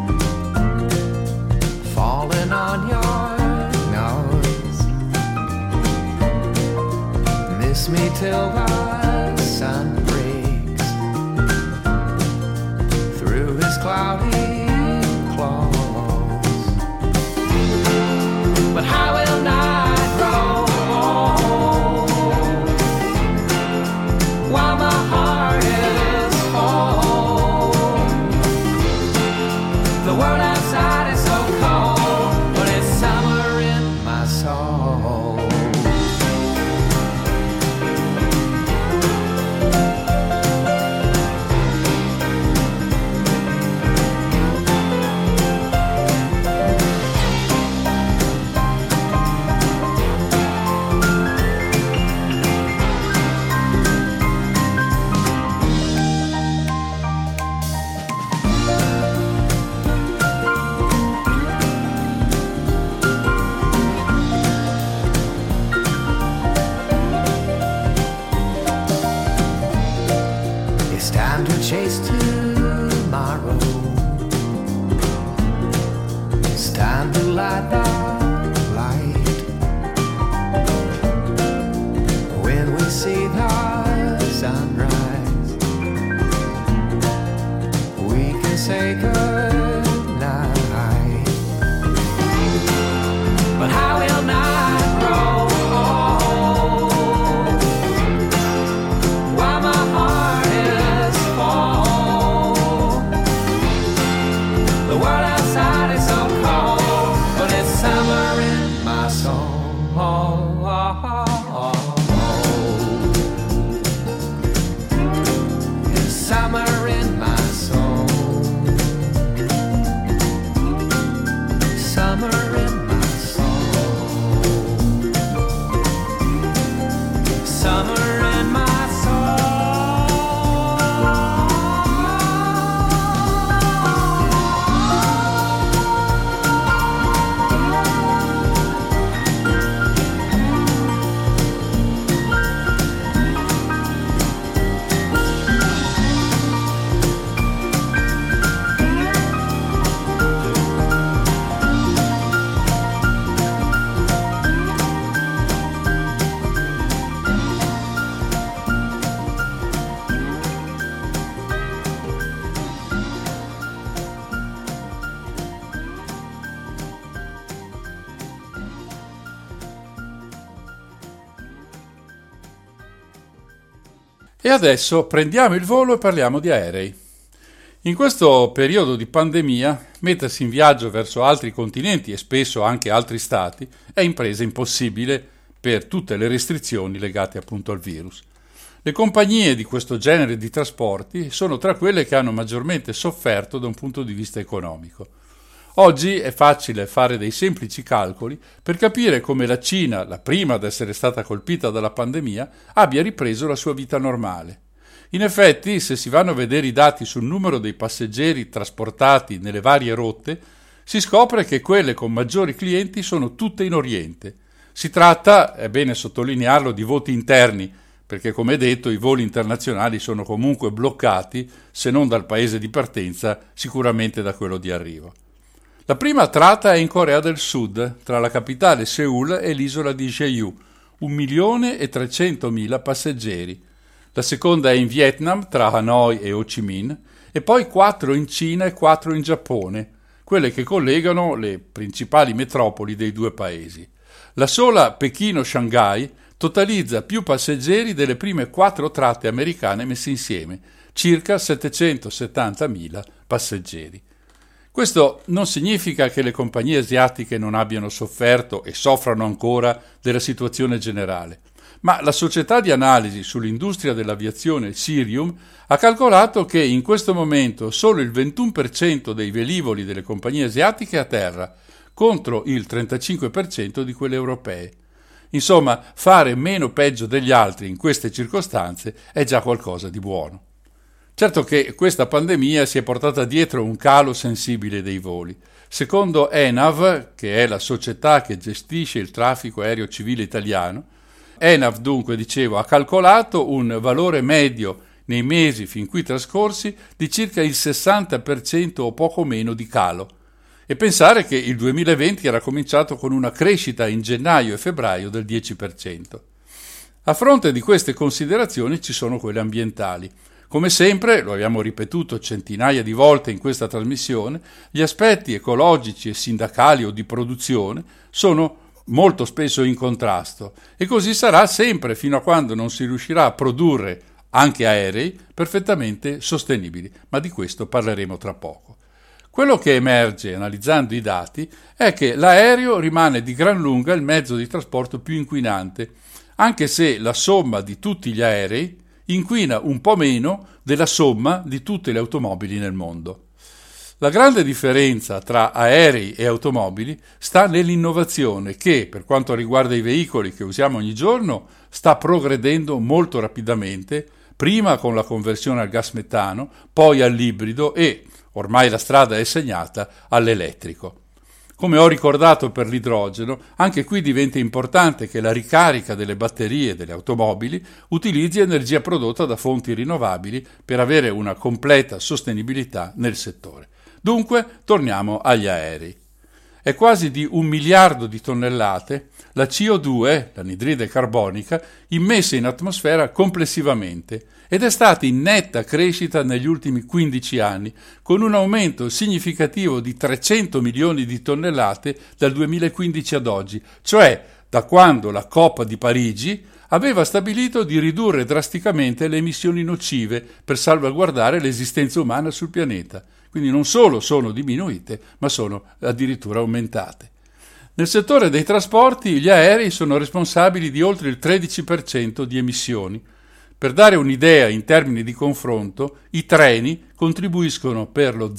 falling on your nose. Miss me till the sun breaks through his cloudy clothes. But I will not grow old while my heart is full. The world outside is so cold, but it's summer in my soul. It's time to chase tomorrow. It's time to light the light. When we see the sunrise, we can say good night. But I will not grow old while my heart is full. The world outside is so cold, but it's summer in my soul. It's summer in my soul. Summer in my soul. Summer in my soul. E adesso prendiamo il volo e parliamo di aerei. In questo periodo di pandemia, mettersi in viaggio verso altri continenti e spesso anche altri stati è impresa impossibile per tutte le restrizioni legate appunto al virus. Le compagnie di questo genere di trasporti sono tra quelle che hanno maggiormente sofferto da un punto di vista economico. Oggi è facile fare dei semplici calcoli per capire come la Cina, la prima ad essere stata colpita dalla pandemia, abbia ripreso la sua vita normale. In effetti, se si vanno a vedere i dati sul numero dei passeggeri trasportati nelle varie rotte, si scopre che quelle con maggiori clienti sono tutte in Oriente. Si tratta, è bene sottolinearlo, di voti interni, perché come detto i voli internazionali sono comunque bloccati, se non dal paese di partenza, sicuramente da quello di arrivo. La prima tratta è in Corea del Sud, tra la capitale Seul e l'isola di Jeju, 1.300.000 passeggeri. La seconda è in Vietnam, tra Hanoi e Ho Chi Minh, e poi 4 in Cina e 4 in Giappone, quelle che collegano le principali metropoli dei due paesi. La sola Pechino-Shanghai totalizza più passeggeri delle prime 4 tratte americane messe insieme, circa 770.000 passeggeri. Questo non significa che le compagnie asiatiche non abbiano sofferto e soffrano ancora della situazione generale, ma la società di analisi sull'industria dell'aviazione Cirium ha calcolato che in questo momento solo il 21% dei velivoli delle compagnie asiatiche è a terra, contro il 35% di quelle europee. Insomma, fare meno peggio degli altri in queste circostanze è già qualcosa di buono. Certo che questa pandemia si è portata dietro un calo sensibile dei voli. Secondo ENAV, che è la società che gestisce il traffico aereo civile italiano, ENAV dunque, dicevo, ha calcolato un valore medio nei mesi fin qui trascorsi di circa il 60% o poco meno di calo. E pensare che il 2020 era cominciato con una crescita in gennaio e febbraio del 10%. A fronte di queste considerazioni ci sono quelle ambientali. Come sempre, lo abbiamo ripetuto centinaia di volte in questa trasmissione, gli aspetti ecologici e sindacali o di produzione sono molto spesso in contrasto e così sarà sempre fino a quando non si riuscirà a produrre anche aerei perfettamente sostenibili, ma di questo parleremo tra poco. Quello che emerge analizzando i dati è che l'aereo rimane di gran lunga il mezzo di trasporto più inquinante, anche se la somma di tutti gli aerei inquina un po' meno della somma di tutte le automobili nel mondo. La grande differenza tra aerei e automobili sta nell'innovazione che, per quanto riguarda i veicoli che usiamo ogni giorno, sta progredendo molto rapidamente, prima con la conversione al gas metano, poi all'ibrido e, ormai la strada è segnata, all'elettrico. Come ho ricordato per l'idrogeno, anche qui diventa importante che la ricarica delle batterie delle automobili utilizzi energia prodotta da fonti rinnovabili per avere una completa sostenibilità nel settore. Dunque, torniamo agli aerei. È quasi di 1 miliardo di tonnellate la CO2, l'anidride carbonica, immessa in atmosfera complessivamente ed è stata in netta crescita negli ultimi 15 anni, con un aumento significativo di 300 milioni di tonnellate dal 2015 ad oggi, cioè da quando la COP di Parigi aveva stabilito di ridurre drasticamente le emissioni nocive per salvaguardare l'esistenza umana sul pianeta. Quindi non solo sono diminuite, ma sono addirittura aumentate. Nel settore dei trasporti gli aerei sono responsabili di oltre il 13% di emissioni. Per dare un'idea in termini di confronto, i treni contribuiscono per lo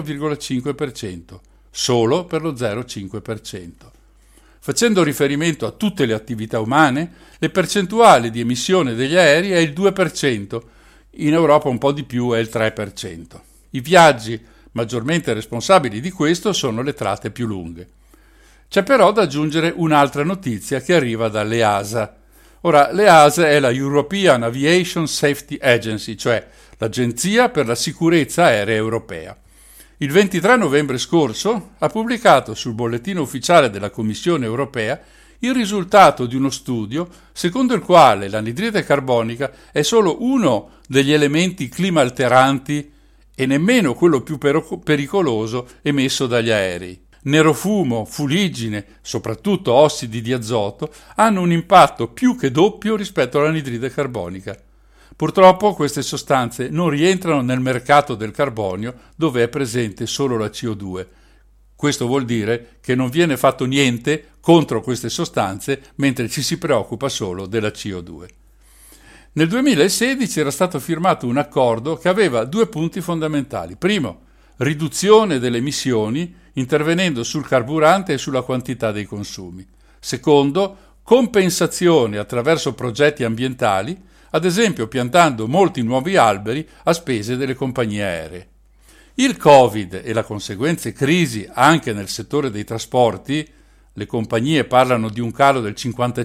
0,5%, solo per lo 0,5%. Facendo riferimento a tutte le attività umane, le percentuali di emissione degli aerei è il 2%, in Europa un po' di più è il 3%. I viaggi maggiormente responsabili di questo sono le tratte più lunghe. C'è però da aggiungere un'altra notizia che arriva dall'EASA. Ora, l'EASA è la European Aviation Safety Agency, cioè l'Agenzia per la Sicurezza Aerea Europea. Il 23 novembre scorso ha pubblicato sul bollettino ufficiale della Commissione Europea il risultato di uno studio secondo il quale l'anidride carbonica è solo uno degli elementi climalteranti e nemmeno quello più pericoloso emesso dagli aerei. Nerofumo, fuliggine, soprattutto ossidi di azoto, hanno un impatto più che doppio rispetto all'anidride carbonica. Purtroppo queste sostanze non rientrano nel mercato del carbonio, dove è presente solo la CO2. Questo vuol dire che non viene fatto niente contro queste sostanze, mentre ci si preoccupa solo della CO2. Nel 2016 era stato firmato un accordo che aveva 2 punti fondamentali. Primo, riduzione delle emissioni intervenendo sul carburante e sulla quantità dei consumi. Secondo, compensazione attraverso progetti ambientali, ad esempio piantando molti nuovi alberi a spese delle compagnie aeree. Il Covid e la conseguente crisi anche nel settore dei trasporti, le compagnie parlano di un calo del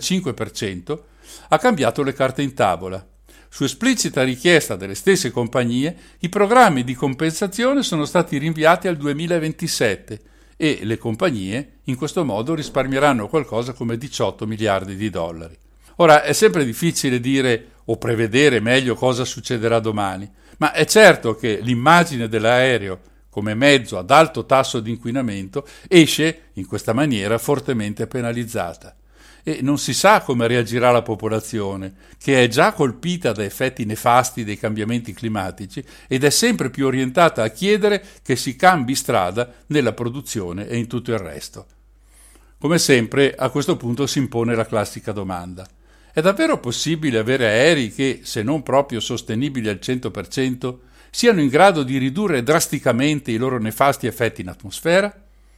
55%, ha cambiato le carte in tavola. Su esplicita richiesta delle stesse compagnie, i programmi di compensazione sono stati rinviati al 2027 e le compagnie in questo modo risparmieranno qualcosa come 18 miliardi di dollari. Ora, è sempre difficile dire o prevedere meglio cosa succederà domani, ma è certo che l'immagine dell'aereo come mezzo ad alto tasso di inquinamento esce in questa maniera fortemente penalizzata. E non si sa come reagirà la popolazione, che è già colpita da effetti nefasti dei cambiamenti climatici ed è sempre più orientata a chiedere che si cambi strada nella produzione e in tutto il resto. Come sempre, a questo punto si impone la classica domanda: è davvero possibile avere aerei che, se non proprio sostenibili al 100%, siano in grado di ridurre drasticamente i loro nefasti effetti in atmosfera?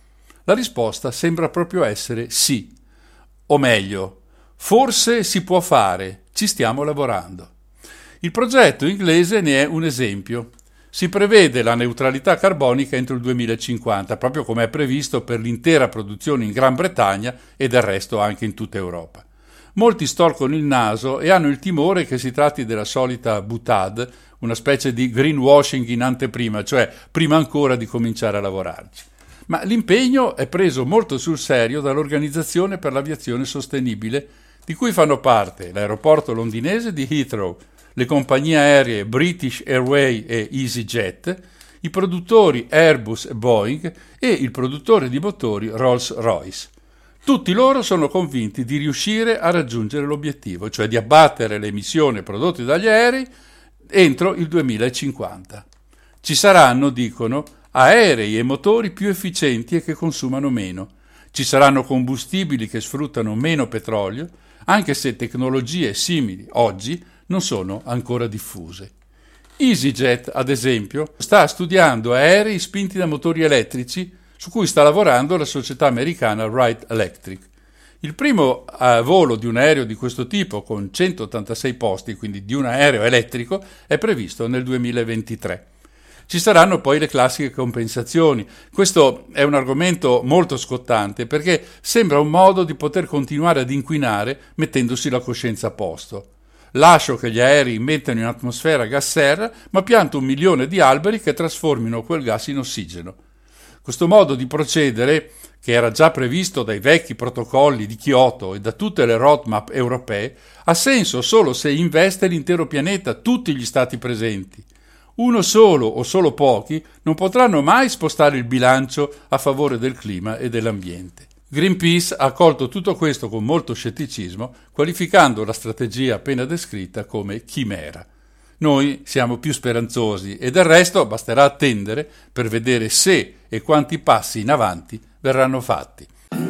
La risposta sembra proprio essere sì. O meglio, forse si può fare, ci stiamo lavorando. Il progetto inglese ne è un esempio. Si prevede la neutralità carbonica entro il 2050, proprio come è previsto per l'intera produzione in Gran Bretagna e del resto anche in tutta Europa. Molti storcono il naso e hanno il timore che si tratti della solita boutade, una specie di greenwashing in anteprima, cioè prima ancora di cominciare a lavorarci. Ma l'impegno è preso molto sul serio dall'Organizzazione per l'Aviazione Sostenibile, di cui fanno parte l'aeroporto londinese di Heathrow, le compagnie aeree British Airways e EasyJet, i produttori Airbus e Boeing e il produttore di motori Rolls-Royce. Tutti loro sono convinti di riuscire a raggiungere l'obiettivo, cioè di abbattere le emissioni prodotte dagli aerei entro il 2050. Ci saranno, dicono, aerei e motori più efficienti e che consumano meno. Ci saranno combustibili che sfruttano meno petrolio, anche se tecnologie simili oggi non sono ancora diffuse. EasyJet, ad esempio, sta studiando aerei spinti da motori elettrici su cui sta lavorando la società americana Wright Electric. Il primo volo di un aereo di questo tipo, con 186 posti, quindi di un aereo elettrico, è previsto nel 2023. Ci saranno poi le classiche compensazioni. Questo è un argomento molto scottante perché sembra un modo di poter continuare ad inquinare mettendosi la coscienza a posto. Lascio che gli aerei mettano in atmosfera gas serra, ma pianto 1 milione di alberi che trasformino quel gas in ossigeno. Questo modo di procedere, che era già previsto dai vecchi protocolli di Kyoto e da tutte le roadmap europee, ha senso solo se investe l'intero pianeta, tutti gli stati presenti. Uno solo o solo pochi non potranno mai spostare il bilancio a favore del clima e dell'ambiente. Greenpeace ha accolto tutto questo con molto scetticismo, qualificando la strategia appena descritta come chimera. Noi siamo più speranzosi e del resto basterà attendere per vedere se e quanti passi in avanti verranno fatti.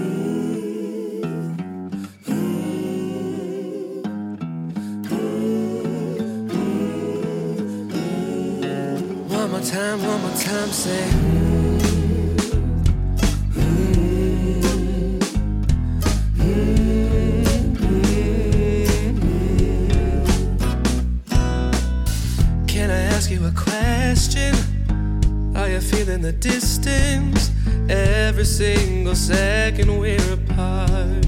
One more time, say Can I ask you a question? Are you feeling the distance? Every single second we're apart.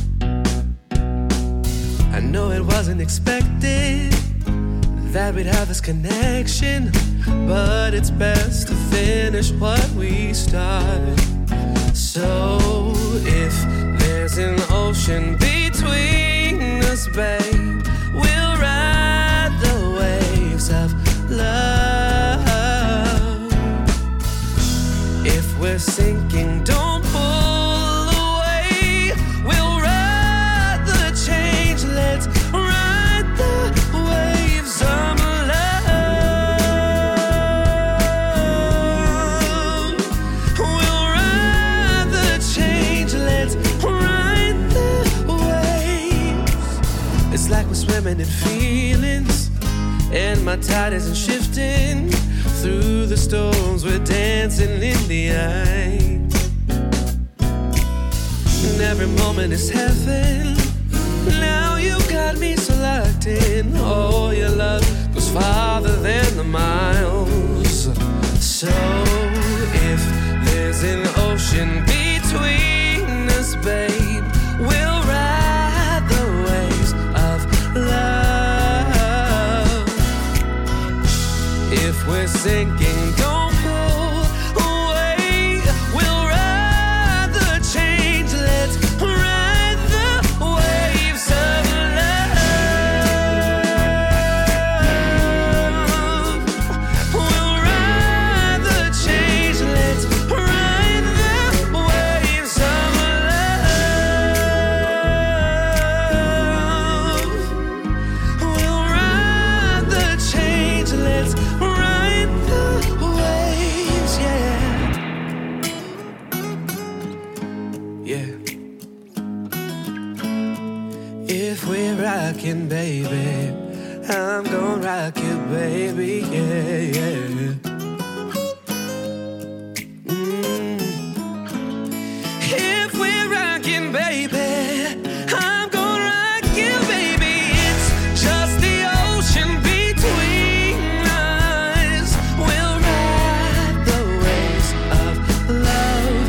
I know it wasn't expected that we'd have this connection, but it's best to finish what we start. So if there's an ocean between us, babe, we'll ride the waves of love. If we're sinking, don't pull away. We'll ride the change. Let's ride the waves of swimming in feelings, and my tide isn't shifting. Through the storms we're dancing in the eye, and every moment is heaven. Now you got me so locked in. Oh, your love goes farther than the miles. So if there's an ocean between us, babe, we'll ride the waves of love. If we're sinking, don't pull away. We'll ride the change. Let's ride the waves of love. We'll ride the change. Let's ride the waves of love. We'll ride the change. Let's ride the waves, yeah. Yeah. If we're rocking, baby, I'm gonna rock you, baby, yeah, yeah. If we're rocking, baby, I'm gonna rock you, baby. It's just the ocean between us. We'll ride the waves of love.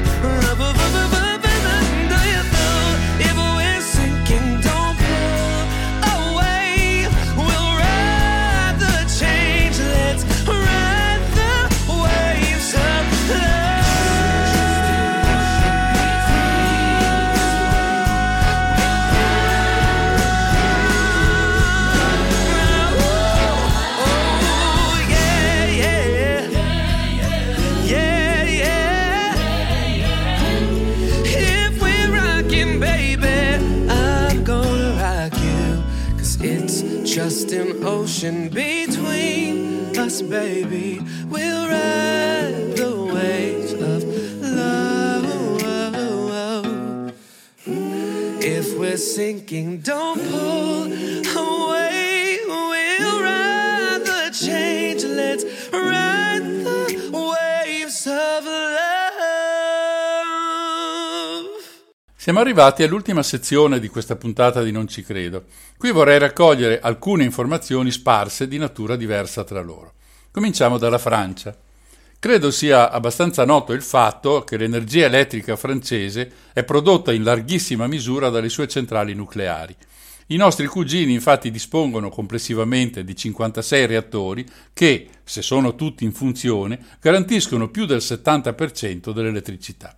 Do you know if we're sinking, don't pull away. We'll ride the change. Let's ride the waves of If we're rocking, baby, I'm gonna rock you. 'Cause it's just an ocean between us, baby. We'll ride the waves of love. If we're sinking, don't pull away. We'll ride the change. Let's ride the waves of love. Siamo arrivati all'ultima sezione di questa puntata di Non ci credo. Qui vorrei raccogliere alcune informazioni sparse di natura diversa tra loro. Cominciamo dalla Francia. Credo sia abbastanza noto il fatto che l'energia elettrica francese è prodotta in larghissima misura dalle sue centrali nucleari. I nostri cugini infatti dispongono complessivamente di 56 reattori che, se sono tutti in funzione, garantiscono più del 70% dell'elettricità.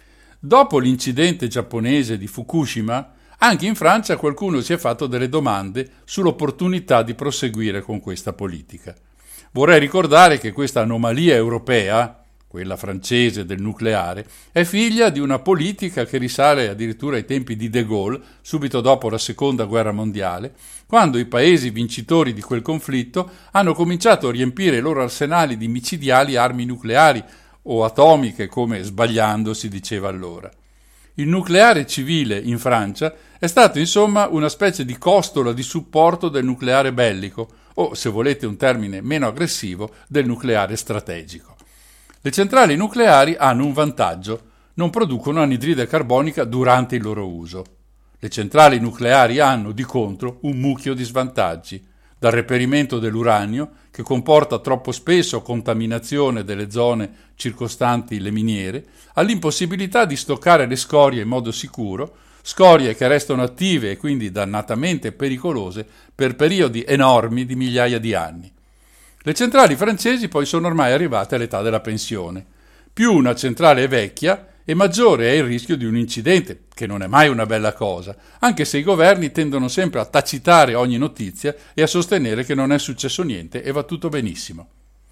Dopo l'incidente giapponese di Fukushima, anche in Francia qualcuno si è fatto delle domande sull'opportunità di proseguire con questa politica. Vorrei ricordare che questa anomalia europea, quella francese del nucleare, è figlia di una politica che risale addirittura ai tempi di De Gaulle, subito dopo la Seconda Guerra Mondiale, quando i paesi vincitori di quel conflitto hanno cominciato a riempire i loro arsenali di micidiali armi nucleari o atomiche, come sbagliando si diceva allora. Il nucleare civile in Francia è stato insomma una specie di costola di supporto del nucleare bellico, o, se volete un termine meno aggressivo, del nucleare strategico. Le centrali nucleari hanno un vantaggio: non producono anidride carbonica durante il loro uso. Le centrali nucleari hanno, di contro, un mucchio di svantaggi, dal reperimento dell'uranio, che comporta troppo spesso contaminazione delle zone circostanti le miniere, all'impossibilità di stoccare le scorie in modo sicuro, scorie che restano attive e quindi dannatamente pericolose per periodi enormi di migliaia di anni. Le centrali francesi poi sono ormai arrivate all'età della pensione. Più una centrale è vecchia e maggiore è il rischio di un incidente, che non è mai una bella cosa, anche se i governi tendono sempre a tacitare ogni notizia e a sostenere che non è successo niente e va tutto benissimo.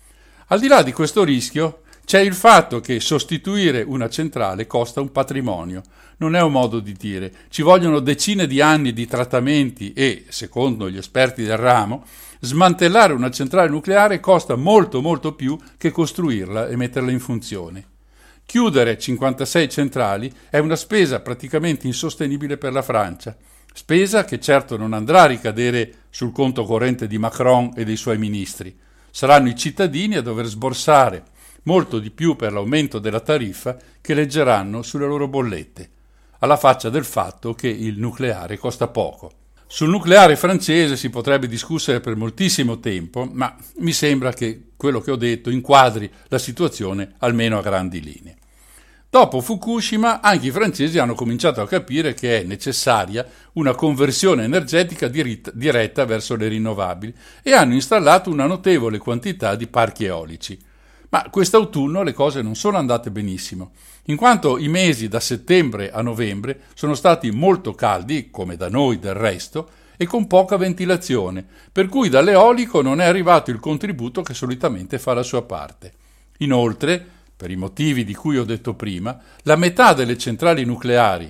Al di là di questo rischio, c'è il fatto che sostituire una centrale costa un patrimonio. Non è un modo di dire, ci vogliono decine di anni di trattamenti e, secondo gli esperti del ramo, smantellare una centrale nucleare costa molto più che costruirla e metterla in funzione. Chiudere 56 centrali è una spesa praticamente insostenibile per la Francia. Spesa che certo non andrà a ricadere sul conto corrente di Macron e dei suoi ministri. Saranno i cittadini a dover sborsare molto di più per l'aumento della tariffa che leggeranno sulle loro bollette, alla faccia del fatto che il nucleare costa poco. Sul nucleare francese si potrebbe discutere per moltissimo tempo, ma mi sembra che quello che ho detto inquadri la situazione almeno a grandi linee. Dopo Fukushima anche i francesi hanno cominciato a capire che è necessaria una conversione energetica diretta verso le rinnovabili e hanno installato una notevole quantità di parchi eolici. Ma quest'autunno le cose non sono andate benissimo, in quanto i mesi da settembre a novembre sono stati molto caldi, come da noi del resto, e con poca ventilazione, per cui dall'eolico non è arrivato il contributo che solitamente fa la sua parte. Inoltre, per i motivi di cui ho detto prima, la metà delle centrali nucleari,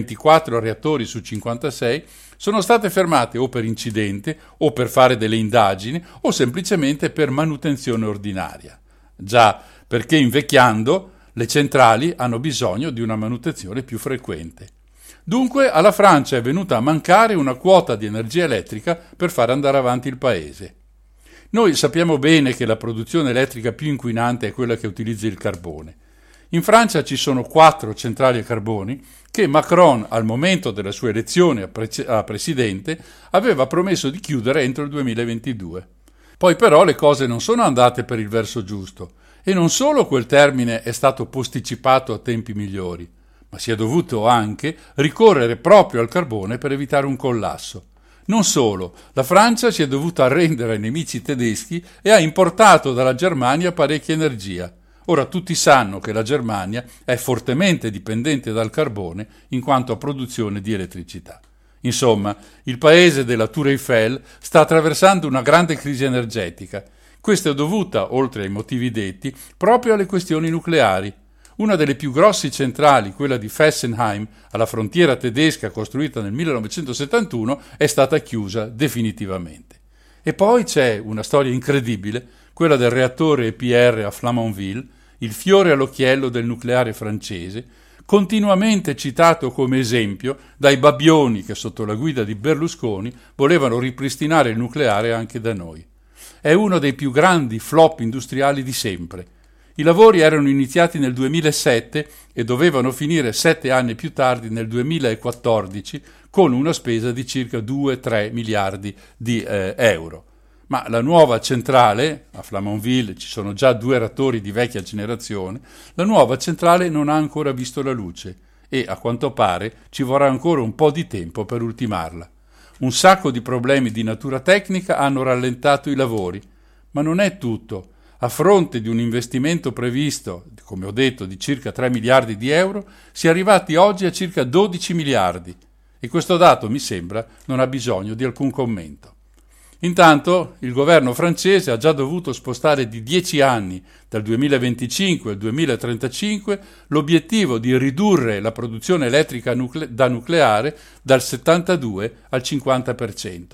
24 reattori su 56, sono state fermate o per incidente o per fare delle indagini o semplicemente per manutenzione ordinaria. Già, perché invecchiando le centrali hanno bisogno di una manutenzione più frequente. Dunque alla Francia è venuta a mancare una quota di energia elettrica per far andare avanti il paese. Noi sappiamo bene che la produzione elettrica più inquinante è quella che utilizza il carbone. In Francia ci sono 4 centrali a carbone che Macron, al momento della sua elezione a presidente, aveva promesso di chiudere entro il 2022. Poi però le cose non sono andate per il verso giusto e non solo quel termine è stato posticipato a tempi migliori, ma si è dovuto anche ricorrere proprio al carbone per evitare un collasso. Non solo, la Francia si è dovuta arrendere ai nemici tedeschi e ha importato dalla Germania parecchia energia. Ora tutti sanno che la Germania è fortemente dipendente dal carbone in quanto a produzione di elettricità. Insomma, il paese della Tour Eiffel sta attraversando una grande crisi energetica. Questa è dovuta, oltre ai motivi detti, proprio alle questioni nucleari. Una delle più grossi centrali, quella di Fessenheim, alla frontiera tedesca costruita nel 1971, è stata chiusa definitivamente. E poi c'è una storia incredibile, quella del reattore EPR a Flamanville, il fiore all'occhiello del nucleare francese, continuamente citato come esempio dai babbioni che sotto la guida di Berlusconi volevano ripristinare il nucleare anche da noi. È uno dei più grandi flop industriali di sempre. I lavori erano iniziati nel 2007 e dovevano finire 7 anni più tardi nel 2014 con una spesa di circa 2-3 miliardi di euro. Ma la nuova centrale, a Flamanville ci sono già 2 reattori di vecchia generazione, la nuova centrale non ha ancora visto la luce e, a quanto pare, ci vorrà ancora un po' di tempo per ultimarla. Un sacco di problemi di natura tecnica hanno rallentato i lavori, ma non è tutto. A fronte di un investimento previsto, come ho detto, di circa 3 miliardi di euro, si è arrivati oggi a circa 12 miliardi e questo dato, mi sembra, non ha bisogno di alcun commento. Intanto il governo francese ha già dovuto spostare di 10 anni, dal 2025 al 2035, l'obiettivo di ridurre la produzione elettrica da nucleare dal 72 al 50%.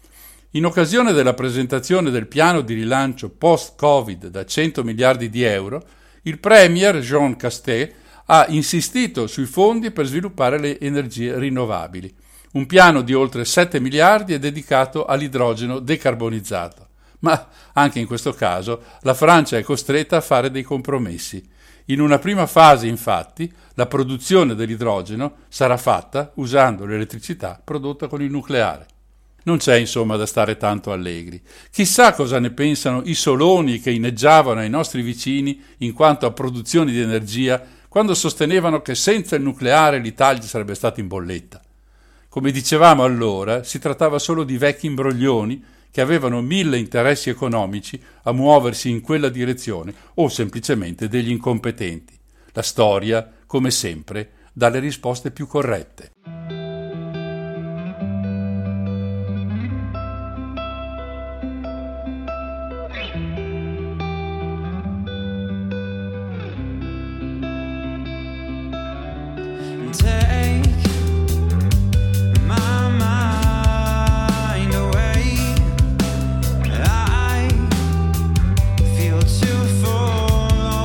In occasione della presentazione del piano di rilancio post-Covid da 100 miliardi di euro, il premier Jean Castex ha insistito sui fondi per sviluppare le energie rinnovabili. Un piano di oltre 7 miliardi è dedicato all'idrogeno decarbonizzato. Ma anche in questo caso la Francia è costretta a fare dei compromessi. In una prima fase, infatti, la produzione dell'idrogeno sarà fatta usando l'elettricità prodotta con il nucleare. Non c'è insomma da stare tanto allegri. Chissà cosa ne pensano i soloni che inneggiavano ai nostri vicini in quanto a produzione di energia quando sostenevano che senza il nucleare l'Italia sarebbe stata in bolletta. Come dicevamo allora, si trattava solo di vecchi imbroglioni che avevano 1000 interessi economici a muoversi in quella direzione o semplicemente degli incompetenti. La storia, come sempre, dà le risposte più corrette.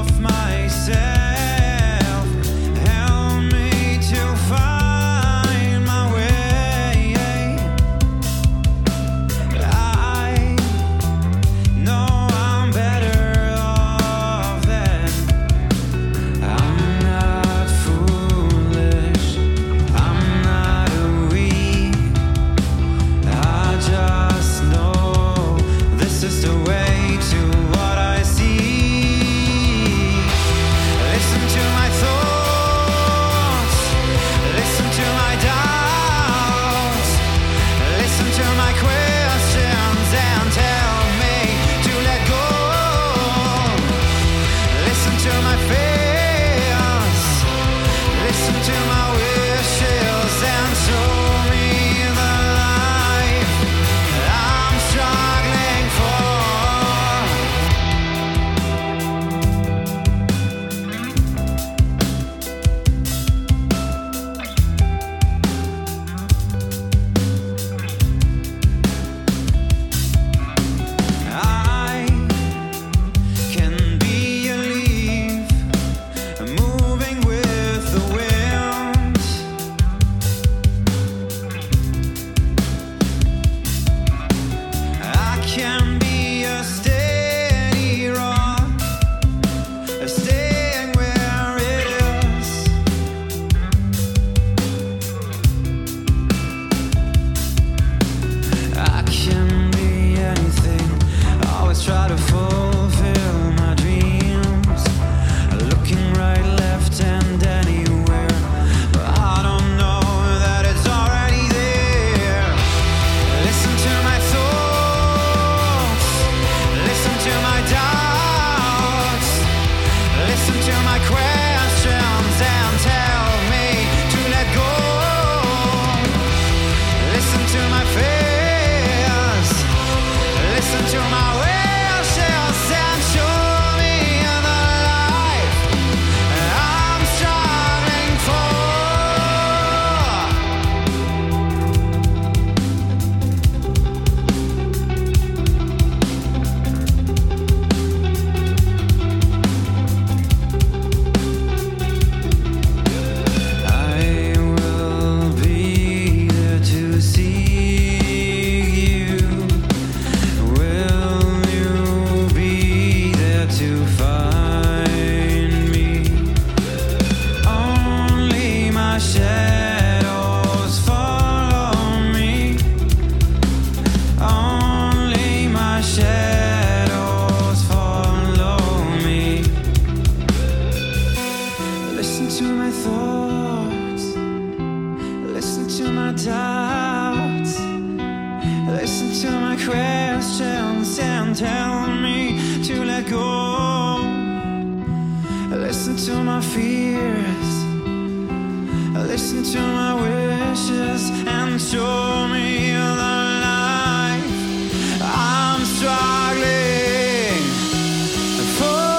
Myself, help me to find telling me to let go. Listen to my fears, listen to my wishes, and show me the life I'm struggling for.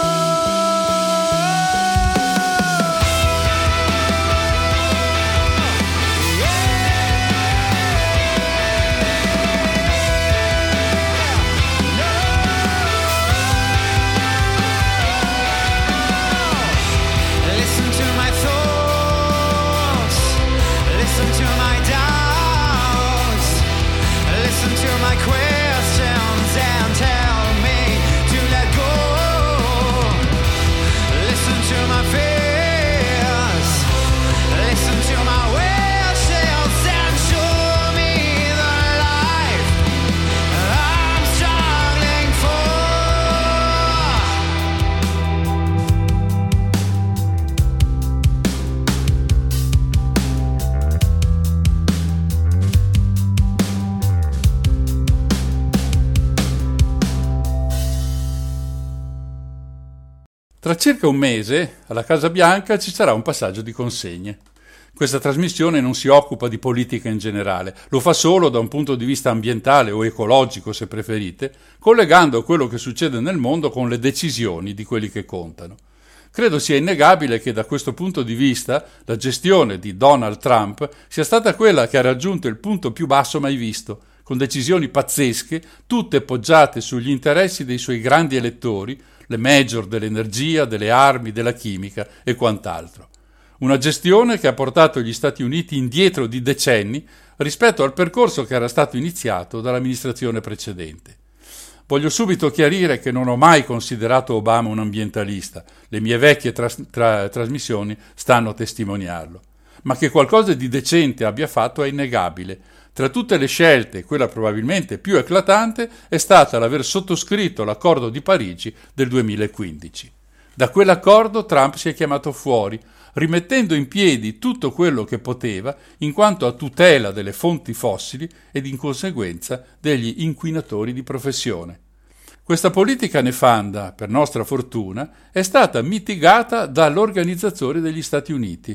Tra circa un mese, alla Casa Bianca, ci sarà un passaggio di consegne. Questa trasmissione non si occupa di politica in generale, lo fa solo da un punto di vista ambientale o ecologico, se preferite, collegando quello che succede nel mondo con le decisioni di quelli che contano. Credo sia innegabile che da questo punto di vista la gestione di Donald Trump sia stata quella che ha raggiunto il punto più basso mai visto, con decisioni pazzesche, tutte poggiate sugli interessi dei suoi grandi elettori, le major dell'energia, delle armi, della chimica e quant'altro. Una gestione che ha portato gli Stati Uniti indietro di decenni rispetto al percorso che era stato iniziato dall'amministrazione precedente. Voglio subito chiarire che non ho mai considerato Obama un ambientalista, le mie vecchie trasmissioni stanno a testimoniarlo, ma che qualcosa di decente abbia fatto è innegabile. Tra tutte le scelte, quella probabilmente più eclatante è stata l'aver sottoscritto l'accordo di Parigi del 2015. Da quell'accordo Trump si è chiamato fuori, rimettendo in piedi tutto quello che poteva in quanto a tutela delle fonti fossili ed in conseguenza degli inquinatori di professione. Questa politica nefanda, per nostra fortuna, è stata mitigata dall'Organizzazione degli Stati Uniti.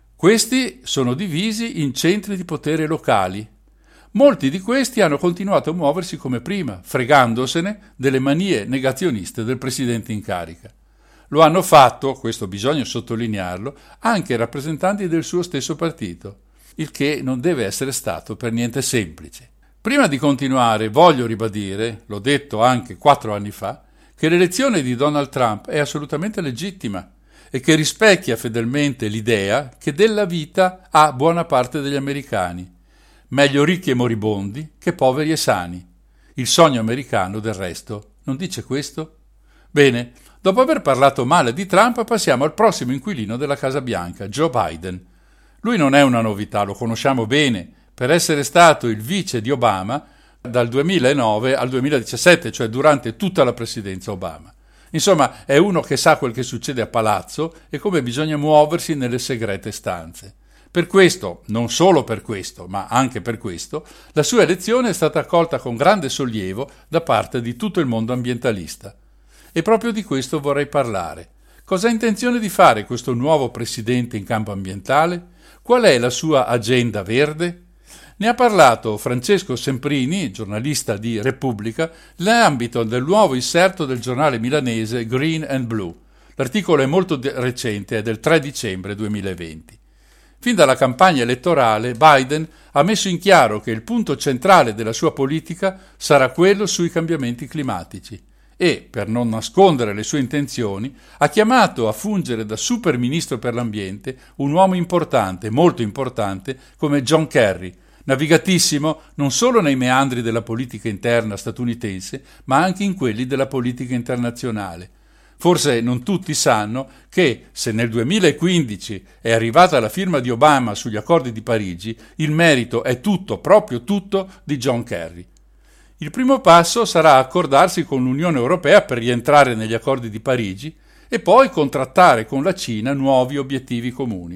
Questi sono divisi in centri di potere locali. Molti di questi hanno continuato a muoversi come prima, fregandosene delle manie negazioniste del presidente in carica. Lo hanno fatto, questo bisogna sottolinearlo, anche rappresentanti del suo stesso partito, il che non deve essere stato per niente semplice. Prima di continuare voglio ribadire, l'ho detto anche 4 anni fa, che l'elezione di Donald Trump è assolutamente legittima e che rispecchia fedelmente l'idea che della vita ha buona parte degli americani. Meglio ricchi e moribondi che poveri e sani. Il sogno americano, del resto, non dice questo? Bene, dopo aver parlato male di Trump, passiamo al prossimo inquilino della Casa Bianca, Joe Biden. Lui non è una novità, lo conosciamo bene, per essere stato il vice di Obama dal 2009 al 2017, cioè durante tutta la presidenza Obama. Insomma, è uno che sa quel che succede a palazzo e come bisogna muoversi nelle segrete stanze. Per questo, non solo per questo, ma anche per questo, la sua elezione è stata accolta con grande sollievo da parte di tutto il mondo ambientalista. E proprio di questo vorrei parlare. Cosa ha intenzione di fare questo nuovo presidente in campo ambientale? Qual è la sua agenda verde? Ne ha parlato Francesco Semprini, giornalista di Repubblica, nell'ambito del nuovo inserto del giornale milanese Green and Blue. L'articolo è molto recente, è del 3 dicembre 2020. Fin dalla campagna elettorale Biden ha messo in chiaro che il punto centrale della sua politica sarà quello sui cambiamenti climatici e, per non nascondere le sue intenzioni, ha chiamato a fungere da super ministro per l'ambiente un uomo importante, molto importante, come John Kerry, navigatissimo non solo nei meandri della politica interna statunitense, ma anche in quelli della politica internazionale. Forse non tutti sanno che, se nel 2015 è arrivata la firma di Obama sugli accordi di Parigi, il merito è tutto, proprio tutto, di John Kerry. Il primo passo sarà accordarsi con l'Unione Europea per rientrare negli accordi di Parigi e poi contrattare con la Cina nuovi obiettivi comuni.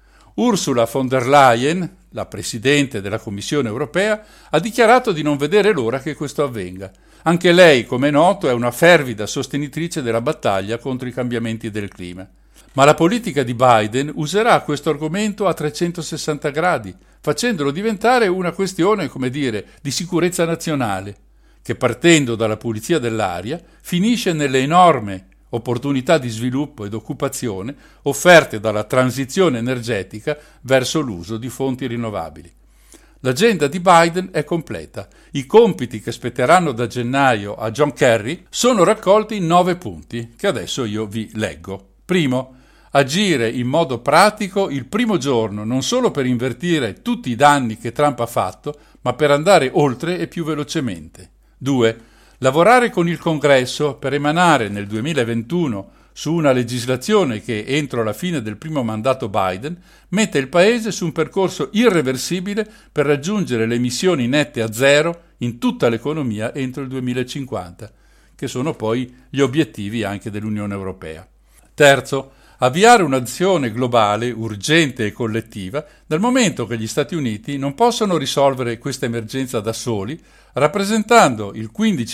Ursula von der Leyen, la Presidente della Commissione Europea, ha dichiarato di non vedere l'ora che questo avvenga. Anche lei, come è noto, è una fervida sostenitrice della battaglia contro i cambiamenti del clima. Ma la politica di Biden userà questo argomento a 360 gradi, facendolo diventare una questione, come dire, di sicurezza nazionale, che partendo dalla pulizia dell'aria finisce nelle enormi opportunità di sviluppo ed occupazione offerte dalla transizione energetica verso l'uso di fonti rinnovabili. L'agenda di Biden è completa. I compiti che spetteranno da gennaio a John Kerry sono raccolti in 9 punti, che adesso io vi leggo. Primo, agire in modo pratico il primo giorno, non solo per invertire tutti i danni che Trump ha fatto, ma per andare oltre e più velocemente. 2. Lavorare con il Congresso per emanare nel 2021 su una legislazione che, entro la fine del primo mandato Biden, mette il Paese su un percorso irreversibile per raggiungere le emissioni nette a zero in tutta l'economia entro il 2050, che sono poi gli obiettivi anche dell'Unione Europea. Terzo, avviare un'azione globale, urgente e collettiva, dal momento che gli Stati Uniti non possono risolvere questa emergenza da soli, rappresentando il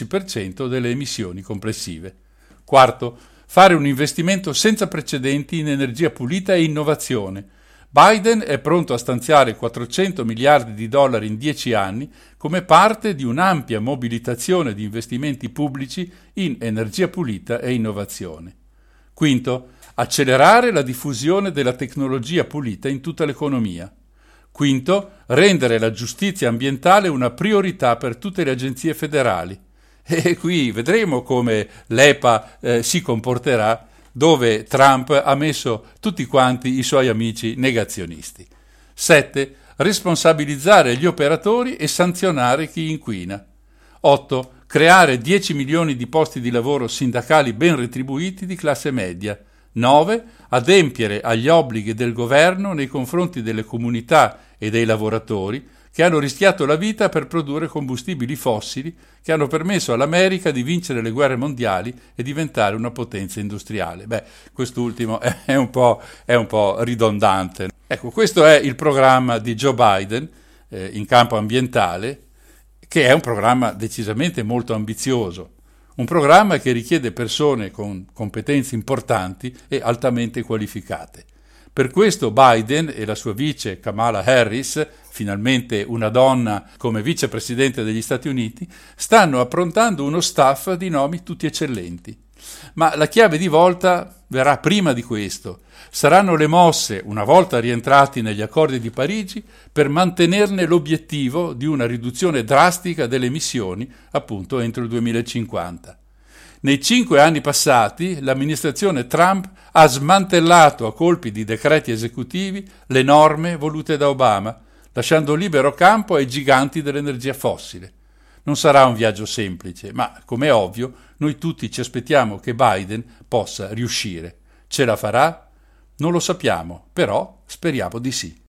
15% delle emissioni complessive. Quarto, fare un investimento senza precedenti in energia pulita e innovazione. Biden è pronto a stanziare 400 miliardi di dollari in 10 anni come parte di un'ampia mobilitazione di investimenti pubblici in energia pulita e innovazione. Quinto, accelerare la diffusione della tecnologia pulita in tutta l'economia. Quinto, rendere la giustizia ambientale una priorità per tutte le agenzie federali. E qui vedremo come l'EPA si comporterà, dove Trump ha messo tutti quanti i suoi amici negazionisti. 7. Responsabilizzare gli operatori e sanzionare chi inquina. 8. Creare 10 milioni di posti di lavoro sindacali ben retribuiti di classe media. 9. Adempiere agli obblighi del governo nei confronti delle comunità e dei lavoratori che hanno rischiato la vita per produrre combustibili fossili che hanno permesso all'America di vincere le guerre mondiali e diventare una potenza industriale. Quest'ultimo è un po' ridondante. Ecco, questo è il programma di Joe Biden in campo ambientale, che è un programma decisamente molto ambizioso. Un programma che richiede persone con competenze importanti e altamente qualificate. Per questo Biden e la sua vice Kamala Harris, finalmente una donna come vicepresidente degli Stati Uniti, stanno approntando uno staff di nomi tutti eccellenti. Ma la chiave di volta verrà prima di questo. Saranno le mosse, una volta rientrati negli accordi di Parigi, per mantenerne l'obiettivo di una riduzione drastica delle emissioni, appunto entro il 2050. Nei 5 anni passati, l'amministrazione Trump ha smantellato a colpi di decreti esecutivi le norme volute da Obama, lasciando libero campo ai giganti dell'energia fossile. Non sarà un viaggio semplice, ma, come è ovvio, noi tutti ci aspettiamo che Biden possa riuscire. Ce la farà? Non lo sappiamo, però speriamo di sì.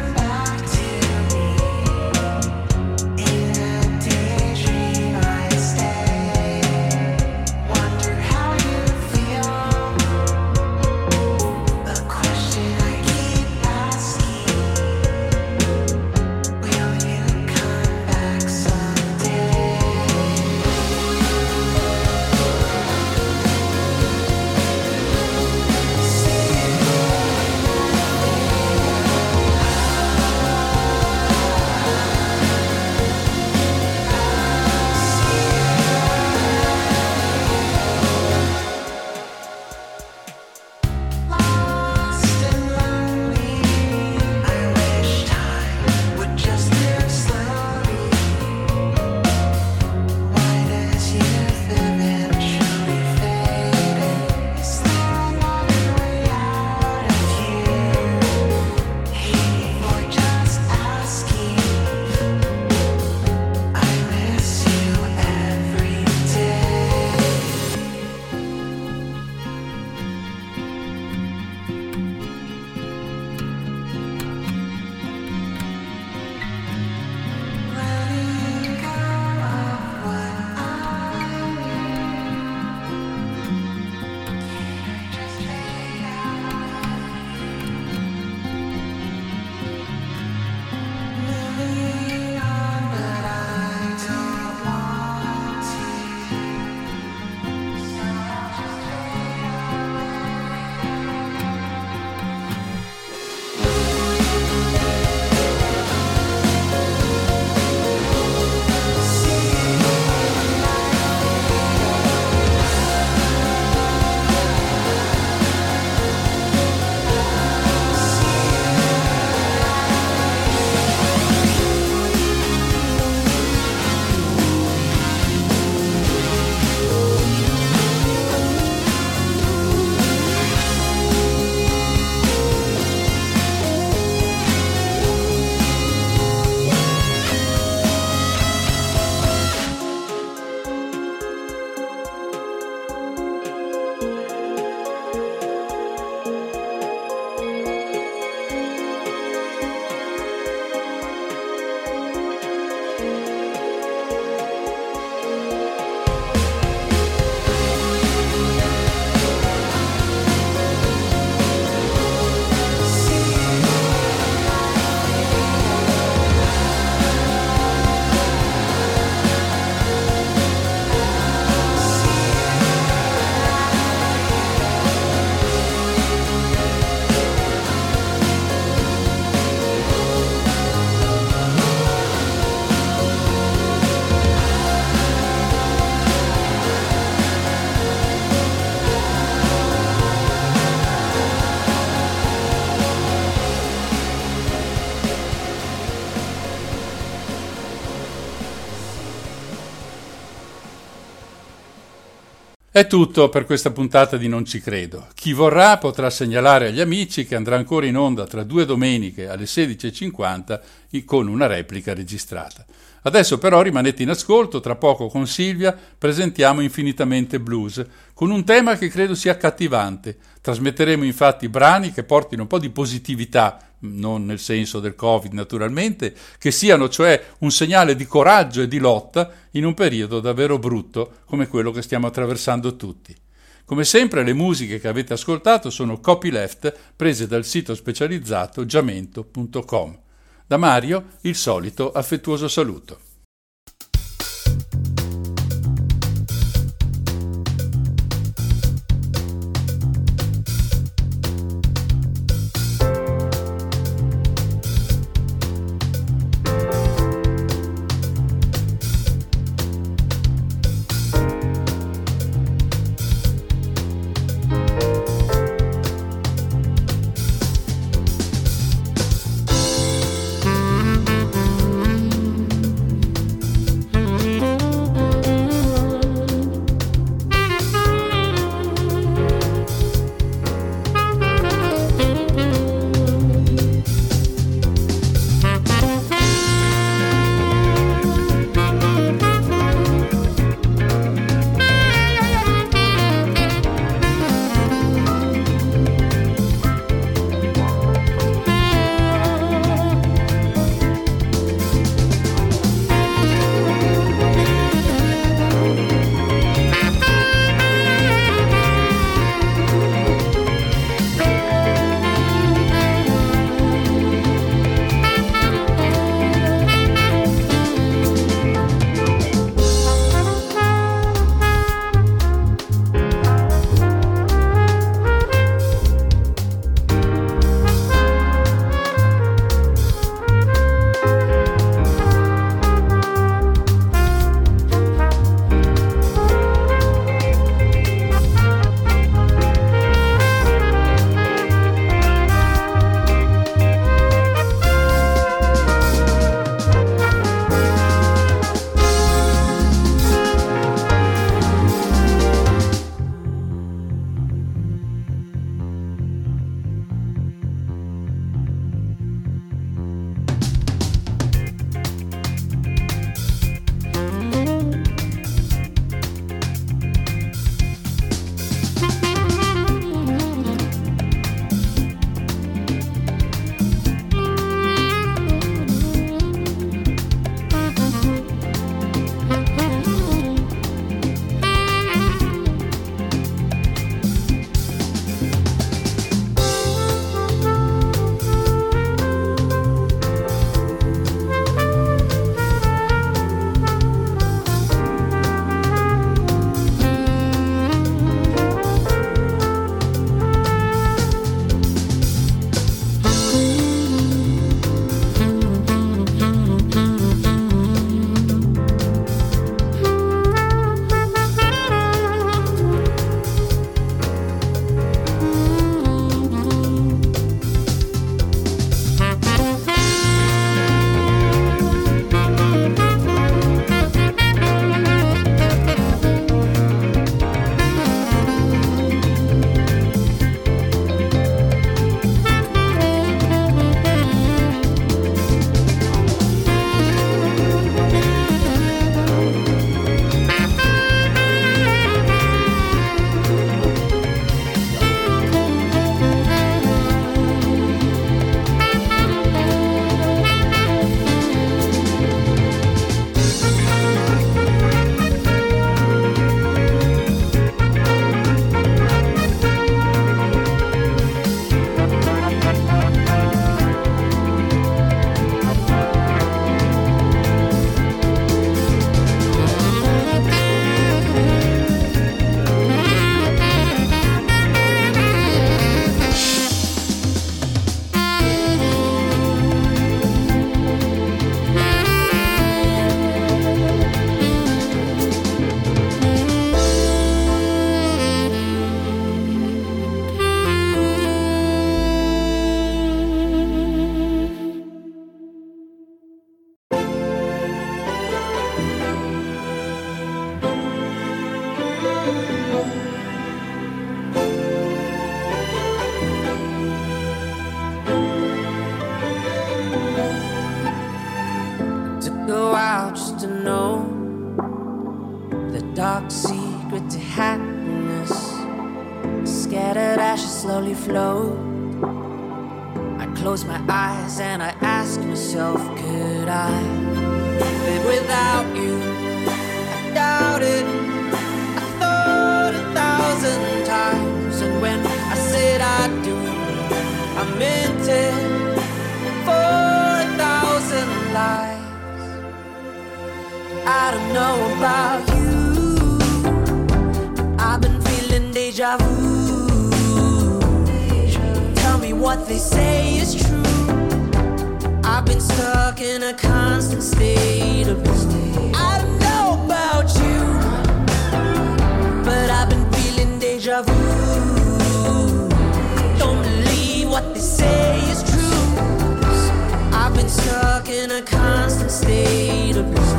Memories come back to me in a daydream. I È tutto per questa puntata di Non ci credo. Chi vorrà potrà segnalare agli amici che andrà ancora in onda tra 2 domeniche alle 16:50 con una replica registrata. Adesso però rimanete in ascolto, tra poco con Silvia presentiamo Infinitamente Blues, con un tema che credo sia accattivante. Trasmetteremo infatti brani che portino un po' di positività, non nel senso del Covid naturalmente, che siano cioè un segnale di coraggio e di lotta in un periodo davvero brutto come quello che stiamo attraversando tutti. Come sempre le musiche che avete ascoltato sono copyleft prese dal sito specializzato giamento.com. Da Mario il solito affettuoso saluto. dark secret to happiness. Scattered ashes slowly float. I close my eyes and I ask myself, could I live without you? I doubt it. I thought 1,000 times, and when I said I do, I meant it for 1,000 lives. I don't know about you, but I've been feeling deja vu. Tell me what they say is true. I've been stuck in a constant state of blue. I don't know about you, but I've been feeling deja vu. Don't believe what they say is true. I've been stuck in a constant state of blue.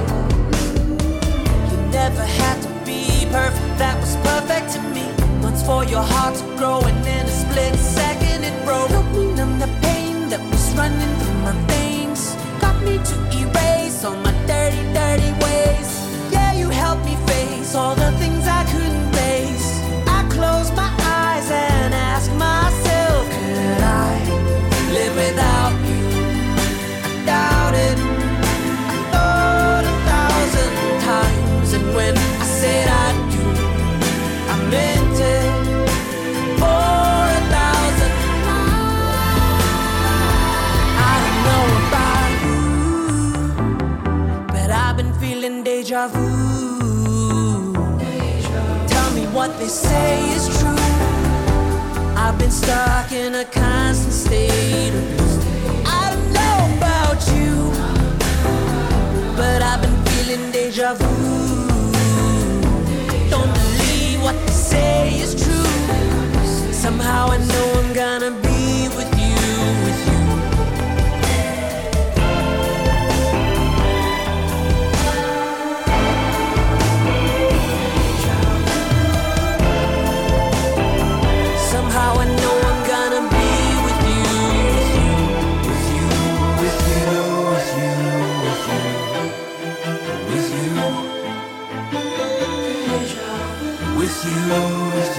Never had to be perfect, that was perfect to me. Once for your heart to grow, and in a split second it broke. Help me numb the pain that was running through my veins. Got me to erase all my dirty, dirty ways. Yeah, you helped me face all the things I couldn't face. I close my eyes and ask myself, could I live without you? I doubt it. I thought 1,000 times, and when I said I do, I meant it for 1,000. I don't know about you, but I've been feeling deja vu. Tell me what they say is true. I've been stuck in a constant state of blue. I don't know about you, but I've been feeling deja vu. Don't believe what they say is true. Somehow I know I'm gonna be with you, with you. Somehow I know I'm gonna be with you, with you, with you, with you, with you, with you. With you, with you, with